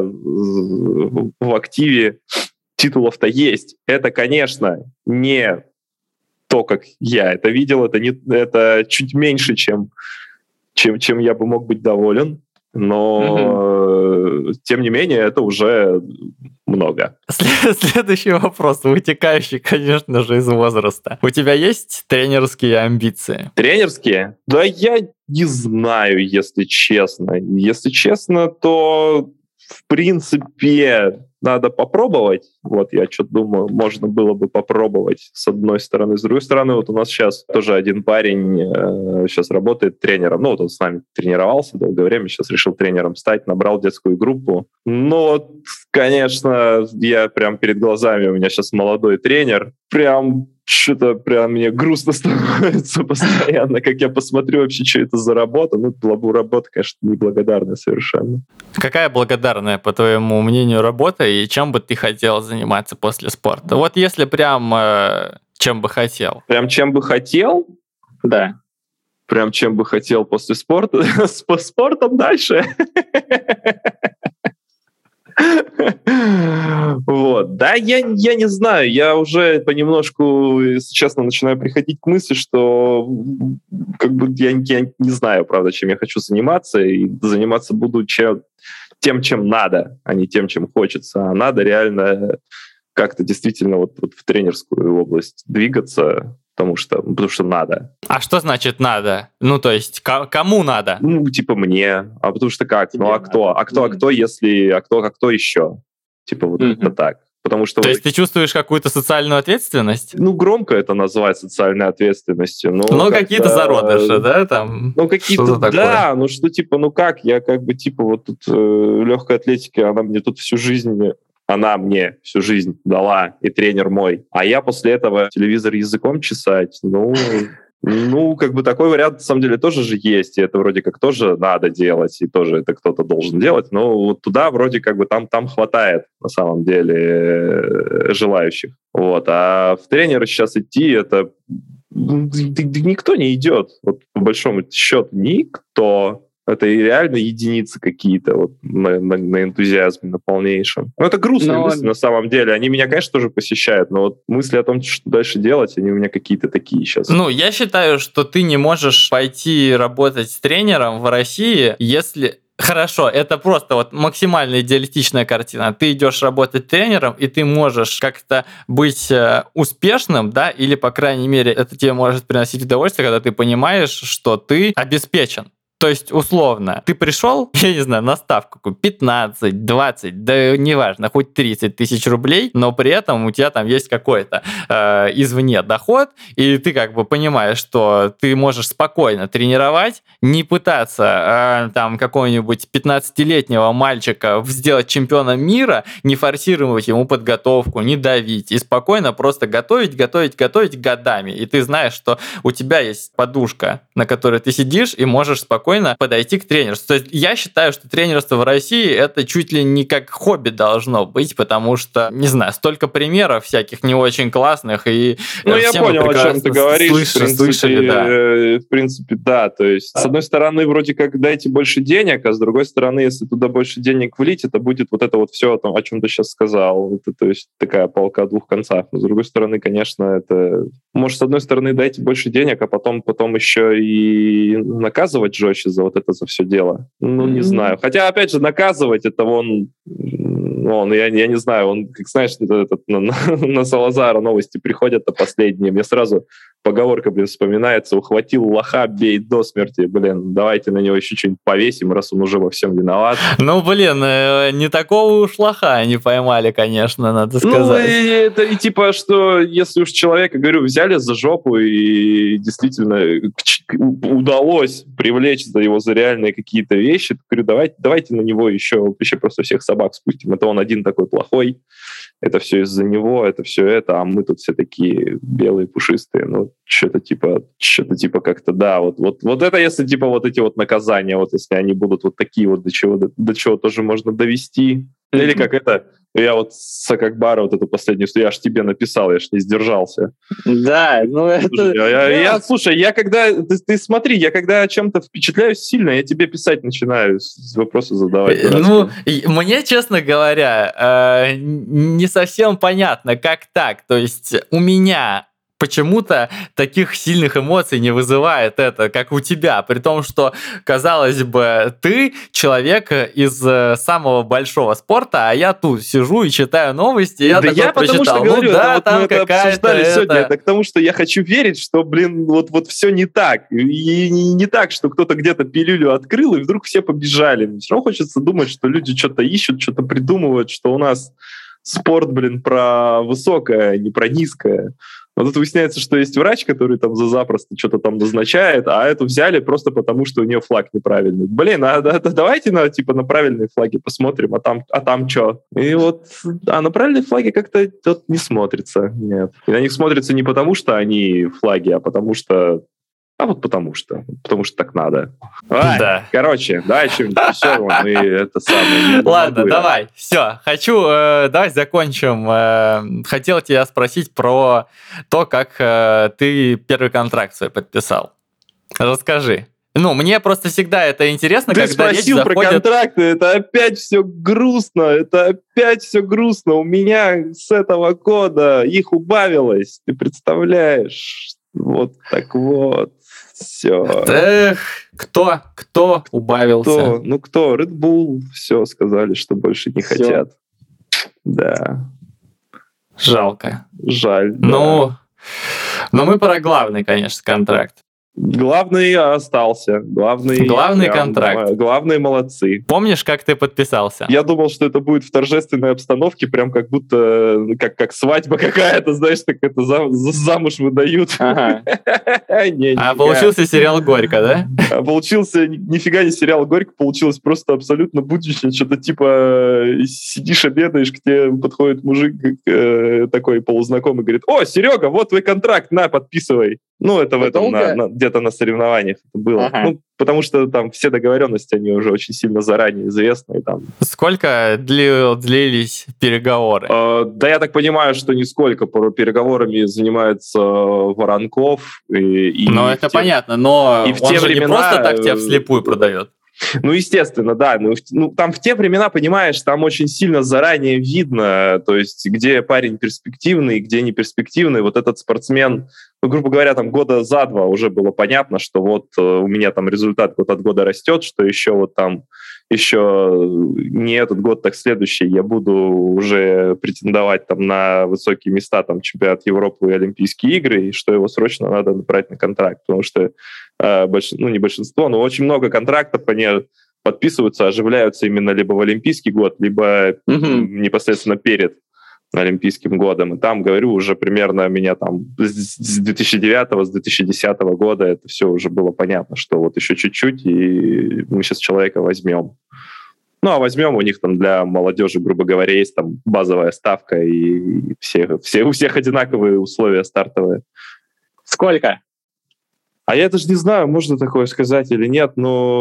в активе титулов-то есть. Это, конечно, не то, как я это видел, это, не, это чуть меньше, чем, чем, чем я бы мог быть доволен. но, угу. тем не менее, это уже много. Следующий вопрос, вытекающий, конечно же, из возраста. У тебя есть тренерские амбиции? Тренерские? Да я не знаю, если честно. Если честно, то, в принципе, надо попробовать. Вот я что-то думаю, можно было бы попробовать с одной стороны. С другой стороны, вот у нас сейчас тоже один парень э, сейчас работает тренером. Ну, вот он с нами тренировался долгое время, сейчас решил тренером стать, набрал детскую группу. Ну, вот, конечно, я прям перед глазами, у меня сейчас молодой тренер, прям что-то прям мне грустно становится постоянно, как я посмотрю вообще, что это за работа. Ну, работа, конечно, неблагодарная совершенно. Какая благодарная, по твоему мнению, работа, и чем бы ты хотел заниматься после спорта? Вот если прям э, чем бы хотел. Прям чем бы хотел? Да. Прям чем бы хотел после спорта? С спортом дальше. Вот. Да, я, я не знаю, я уже понемножку, если честно, начинаю приходить к мысли, что как бы я, я не знаю, правда, чем я хочу заниматься, и заниматься буду чем, тем, чем надо, а не тем, чем хочется. А надо реально как-то действительно вот, вот в тренерскую область двигаться, потому что, потому что надо. А что значит надо? Ну, то есть, к- кому надо? Ну, типа мне. А потому что как? Тебе ну, а кто? А кто, а кто, если... А кто, а кто еще? Типа вот mm-hmm. это так. Потому что... То вот... есть ты чувствуешь какую-то социальную ответственность? Ну, громко это назвать социальной ответственностью. Но ну, какие-то зародыши, да? Там ну, какие-то, да. Ну, что типа, ну как? Я как бы, типа, вот тут э, легкая атлетика, она мне тут всю жизнь... Она мне всю жизнь дала, и тренер мой. А я после этого телевизор языком чесать, ну... Ну, как бы такой вариант, на самом деле, тоже же есть, и это вроде как тоже надо делать, и тоже это кто-то должен делать, но вот туда вроде как бы там, там хватает, на самом деле, желающих. Вот. А в тренеры сейчас идти, это никто не идет, вот по большому счету, никто. Это реально единицы какие-то вот на, на, на энтузиазме, на полнейшем. Ну, это грустные но... мысли на самом деле. Они меня, конечно, тоже посещают, но вот мысли о том, что дальше делать, они у меня какие-то такие сейчас. Ну, я считаю, что ты не можешь пойти работать с тренером в России, если... Хорошо, это просто вот максимально идеалистичная картина. Ты идешь работать тренером, и ты можешь как-то быть успешным, да, или, по крайней мере, это тебе может приносить удовольствие, когда ты понимаешь, что ты обеспечен. То есть, условно, ты пришел, я не знаю, на ставку пятнадцать, двадцать, да неважно, хоть тридцать тысяч рублей, но при этом у тебя там есть какой-то э, извне доход, и ты как бы понимаешь, что ты можешь спокойно тренировать, не пытаться э, там какого-нибудь пятнадцатилетнего мальчика сделать чемпионом мира, не форсировать ему подготовку, не давить, и спокойно просто готовить, готовить, готовить годами. И ты знаешь, что у тебя есть подушка, на которой ты сидишь, и можешь спокойно подойти к тренерству. То есть я считаю, что тренерство в России это чуть ли не как хобби должно быть, потому что, не знаю, столько примеров всяких не очень классных, и ну, я понял, о чем ты говоришь. Слышали, в принципе, слышали, да. В принципе, да. То есть, с одной стороны, вроде как дайте больше денег, а с другой стороны, если туда больше денег влить, это будет вот это вот все, о чем ты сейчас сказал. Это, то есть такая палка о двух концах. Но с другой стороны, конечно, это... Может, с одной стороны, дайте больше денег, а потом, потом еще и наказывать жестче за вот это за все дело. Ну, не mm-hmm. знаю. Хотя, опять же, наказывать это он, он я, я не знаю, он, как знаешь, этот, на, на Салазара новости приходят, а последние. Мне сразу поговорка, блин, вспоминается: ухватил лоха, бей до смерти. Блин, давайте на него еще что-нибудь повесим, раз он уже во всем виноват. Ну, блин, не такого уж лоха они поймали, конечно, надо сказать. Ну, и, это и типа, что если уж человека, говорю, взяли за жопу и действительно удалось привлечь за его за реальные какие-то вещи, то говорю, давайте, давайте на него еще, еще просто всех собак спустим. Это он один такой плохой, это все из-за него, это все это, а мы тут все такие белые, пушистые. Ну, что-то типа, что-то типа как-то, да, вот, вот, вот это если типа вот эти вот наказания, вот если они будут вот такие вот, до чего, до, до чего тоже можно довести. Mm-hmm. Или как это, я вот с Акбара вот эту последнюю, я аж тебе написал, я ж не сдержался. Да, ну это... Слушай, я, я, я, слушай, я когда, ты, ты смотри, я когда о чем-то впечатляюсь сильно, я тебе писать начинаю, вопросы задавать. Ну, мне, честно говоря, не совсем понятно, как так. То есть у меня почему-то таких сильных эмоций не вызывает это, как у тебя, при том, что, казалось бы, ты человек из самого большого спорта, а я тут сижу и читаю новости, и я да такой я прочитал, потому что ну говорю, да, это вот там мы это какая-то обсуждали это... сегодня, это к тому, что я хочу верить, что, блин, вот, вот все не так. И не, не так, что кто-то где-то пилюлю открыл, и вдруг все побежали. Мне все равно хочется думать, что люди что-то ищут, что-то придумывают, что у нас спорт, блин, про высокое, а не про низкое. Но тут выясняется, что есть врач, который там за запросто что-то там назначает, а эту взяли просто потому, что у нее флаг неправильный. Блин, а, а давайте на, типа, на правильные флаги посмотрим, а там, а там что? И вот, а на правильные флаги как-то тут не смотрится, нет. И на них смотрится не потому, что они флаги, а потому что А вот потому что. Потому что так надо. Ай, Да. Короче, давай что-нибудь веселое. Мы это самое... Ладно, давай. Все. Хочу... Э, давай закончим. Э, хотел тебя спросить про то, как э, ты первый контракт свой подписал. Расскажи. Ну, мне просто всегда это интересно, Ты когда речь спросил заходит... про контракты, это опять все грустно, это опять все грустно. У меня с этого года их убавилось, ты представляешь? Вот так вот, все. Эх, кто, кто убавился? Кто? Ну кто? Red Bull, все, сказали, что больше не Всё. хотят. Да, Жалко. жаль. да. Ну, но мы про главный, конечно, контракт. Главный остался. Главный, Главный прям, контракт. да, главные молодцы. Помнишь, как ты подписался? Я думал, что это будет в торжественной обстановке, прям как будто ну, как, как свадьба какая-то, знаешь, так это за, за- замуж выдают. Ага. Не, А нифига. получился сериал «Горько», да? А получился ни- нифига не сериал «Горько», получилось просто абсолютно буднично, что-то типа э, сидишь, обедаешь, к тебе подходит мужик э, такой полузнакомый, говорит: «О, Серега, вот твой контракт, на, подписывай». Ну, это в Вы этом, долго? на- на- где-то на соревнованиях это было. Ага. Ну, потому что там все договоренности, они уже очень сильно заранее известны. и Там. Сколько дли- длились переговоры? Э, да, я так понимаю, что нисколько по- переговорами занимается Воронков. И, и Ну, в это те- понятно, но и в он те же не времена, просто так тебя э, вслепую продает. Ну, естественно, да. Ну, в- ну, там в те времена, понимаешь, там очень сильно заранее видно, то есть где парень перспективный, где не перспективный. Вот этот спортсмен, ну, грубо говоря, там года за два уже было понятно, что вот э, у меня там результат год от года растет, что еще вот там еще не этот год, так следующий я буду уже претендовать там на высокие места, там чемпионат Европы и Олимпийские игры, и что его срочно надо брать на контракт, потому что э, больш- ну не большинство, но очень много контрактов они подписываются, оживляются именно либо в Олимпийский год, либо Мгм. непосредственно перед Олимпийским годом. И там, говорю, уже примерно меня там с с две тысячи девятого, с две тысячи десятого года это все уже было понятно, что вот еще чуть-чуть, и мы сейчас человека возьмем. Ну, а возьмем, у них там для молодежи, грубо говоря, есть там базовая ставка, и все, все, у всех одинаковые условия стартовые. Сколько? А я даже не знаю, можно такое сказать или нет,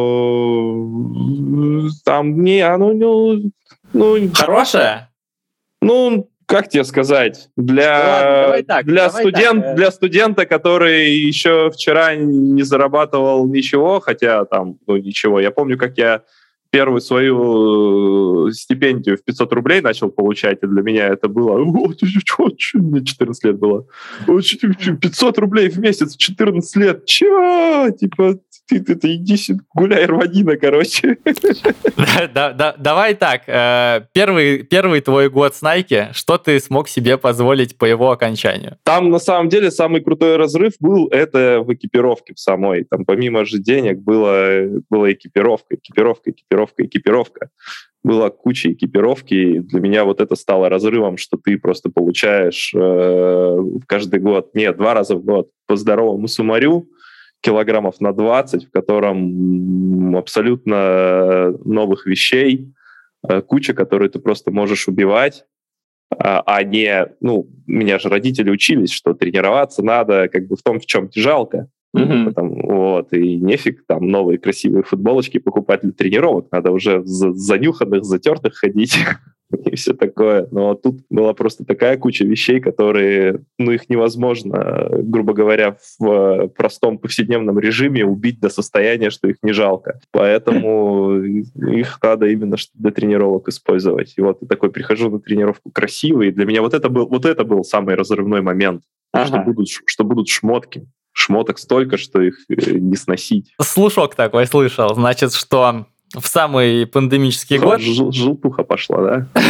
но там не, оно, ну, ну, Хорошая? ну, как тебе сказать, для, Ладно, давай так, для, давай студент, так, э. для студента, который еще вчера не зарабатывал ничего, хотя там, ну, ничего, я помню, как я первую свою стипендию в пятьсот рублей начал получать, и для меня это было... «О, ты чё, чё?» Мне четырнадцать лет было. «О, чё, чё, пятьсот рублей в месяц, четырнадцать лет. Чё? Типа, ты, ты, ты иди сюда, гуляй, рванина, короче». Да- да- Давай так, э, первый первый твой год с Nike, что ты смог себе позволить по его окончанию? Там, на самом деле, самый крутой разрыв был это в экипировке в самой. Там, помимо же денег, была, была экипировка, экипировка, экипировка, экипировка. Была куча экипировки, и для меня вот это стало разрывом, что ты просто получаешь э, каждый год, нет, два раза в год по здоровому суммарю, килограммов на двадцать, в котором м, абсолютно новых вещей, э, куча, которые ты просто можешь убивать, а, а не, ну, меня же родители учились, что тренироваться надо как бы в том, в чем тебе жалко. Мгм. Там, вот, и нефиг там новые красивые футболочки покупать для тренировок, надо уже в за- занюханных, затертых ходить и все такое. Но тут была просто такая куча вещей, которые, ну, их невозможно, грубо говоря, в э, простом повседневном режиме убить до состояния, что их не жалко. Поэтому их надо именно что- для тренировок использовать. И вот я такой прихожу на тренировку красивый, и для меня вот это был, вот это был самый разрывной момент. ага. что, будут, что будут шмотки. Шмоток столько, что их не сносить. Слушок такой слышал. Значит, что в самый пандемический год... Жел- желтуха пошла, да?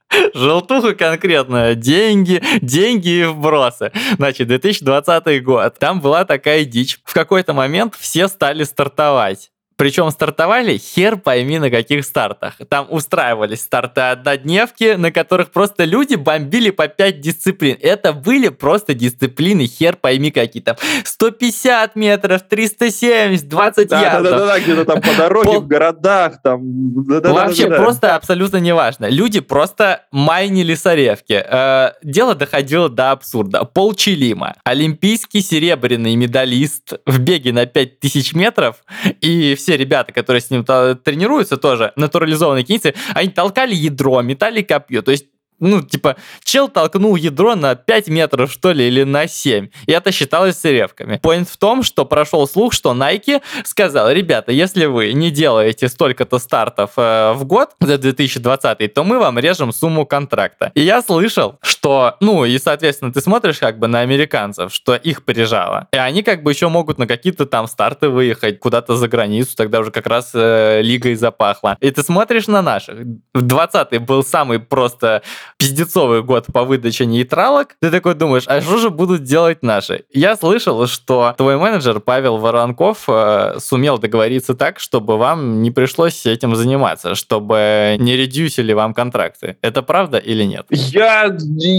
Желтуха конкретно. Деньги, деньги и вбросы. Значит, две тысячи двадцатый год. Там была такая дичь. В какой-то момент все стали стартовать. Причем стартовали хер пойми на каких стартах. Там устраивались старты однодневки, на которых просто люди бомбили по пять дисциплин. Это были просто дисциплины хер пойми какие там. сто пятьдесят метров, триста семьдесят, двадцать да, ярдов. Да-да-да, где-то там по дороге, Пол... в городах. Там... Вообще просто абсолютно неважно. Люди просто майнили соревки. Э, дело доходило до абсурда. Пол Чилима, олимпийский серебряный медалист в беге на пять тысяч метров, и все Все ребята, которые с ним тренируются, тоже натурализованные кенийцы, они толкали ядро, метали копье. То есть, ну, типа, чел толкнул ядро на пять метров, что ли, или на семь. И это считалось соревками. Поинт в том, что прошел слух, что Nike сказал: ребята, если вы не делаете столько-то стартов э, в год за две тысячи двадцатый, то мы вам режем сумму контракта. И я слышал, что, ну, и, соответственно, ты смотришь как бы на американцев, что их прижало. И они как бы еще могут на какие-то там старты выехать куда-то за границу, тогда уже как раз э, лигой запахло. И ты смотришь на наших. двадцатый был самый просто... пиздецовый год по выдаче нейтралок, ты такой думаешь, а что же будут делать наши? Я слышал, что твой менеджер Павел Воронков э, сумел договориться так, чтобы вам не пришлось этим заниматься, чтобы не редюсили вам контракты. Это правда или нет? Я,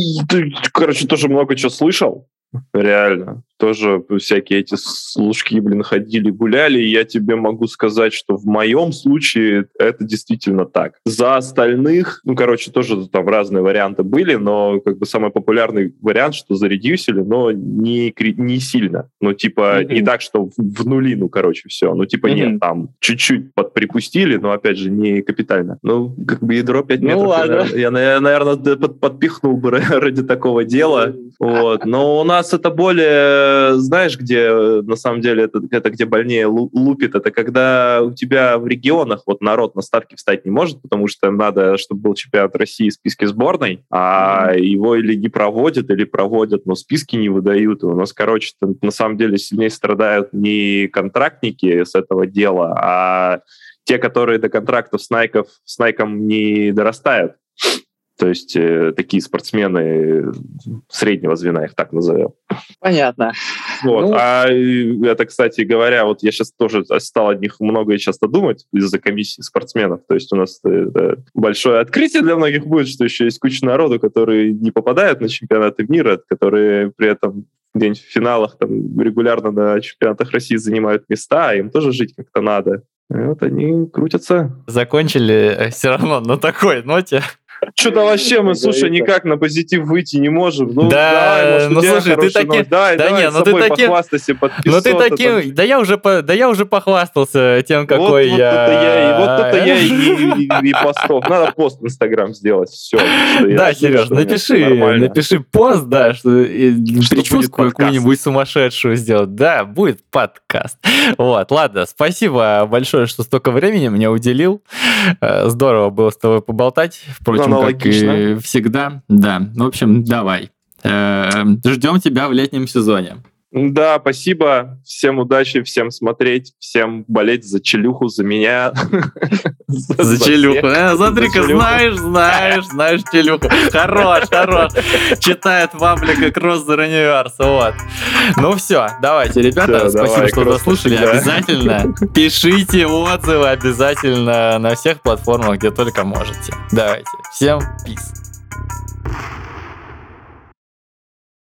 короче, тоже много чего слышал. Реально. Тоже всякие эти служки, блин, ходили, гуляли, и я тебе могу сказать, что в моем случае это действительно так. За остальных, ну, короче, тоже там разные варианты были, но как бы самый популярный вариант, что заредюсили, но не, не сильно. Ну, типа, mm-hmm. не так, что в, в нули, ну, короче, все. Ну, типа, mm-hmm. нет, там чуть-чуть подприпустили, но, опять же, не капитально. Ну, как бы ядро пять метров, ну, ладно. Я, я, наверное, под, подпихнул бы ради такого дела. Вот. Но у нас это более... Знаешь, где на самом деле это, это где больнее лупит, это когда у тебя в регионах вот народ на ставки встать не может, потому что надо, чтобы был чемпионат России в списке сборной, а mm-hmm. его или не проводят, или проводят, но списки не выдают. И у нас, короче, на самом деле сильнее страдают не контрактники с этого дела, а те, которые до контрактов с Nike, с Nike не дорастают. То есть э, такие спортсмены среднего звена, их так назовем. Понятно. Вот. Ну... А это, кстати говоря, вот я сейчас тоже стал о них много и часто думать из-за комиссии спортсменов. То есть у нас это большое открытие для многих будет, что еще есть куча народу, которые не попадают на чемпионаты мира, которые при этом где-нибудь в финалах там, регулярно на чемпионатах России занимают места, а им тоже жить как-то надо. И вот они крутятся. Закончили все равно на такой ноте. Что-то вообще мы, слушай, никак на позитив выйти не можем. Ну, да, давай, может, ну слушай, ты таким... Давай, да давай, не, с ну собой ты таким... похвастайся, подписаться. Ну ты таким... Там... Да, я уже по... да я уже похвастался тем, какой вот, я... Вот это я, и, вот это я и, и, и постов. Надо пост в Инстаграм сделать, все. Да, Сереж, напиши, напиши пост, да, что прическу какую-нибудь сумасшедшую сделать. Да, будет подкаст. Вот, ладно, спасибо большое, что столько времени мне уделил. Здорово было с тобой поболтать. Впрочем, как и всегда. Да, в общем, давай. Ждем тебя в летнем сезоне. Да, спасибо. Всем удачи, всем смотреть, всем болеть за Челюху, за меня. За Челюху. Смотри-ка, знаешь, знаешь, знаешь Челюху. Хорош, хорош. Читает паблика Cross the Universe. Вот. Ну все, давайте, ребята, спасибо, что дослушали. Обязательно пишите отзывы, обязательно на всех платформах, где только можете. Давайте. Всем peace.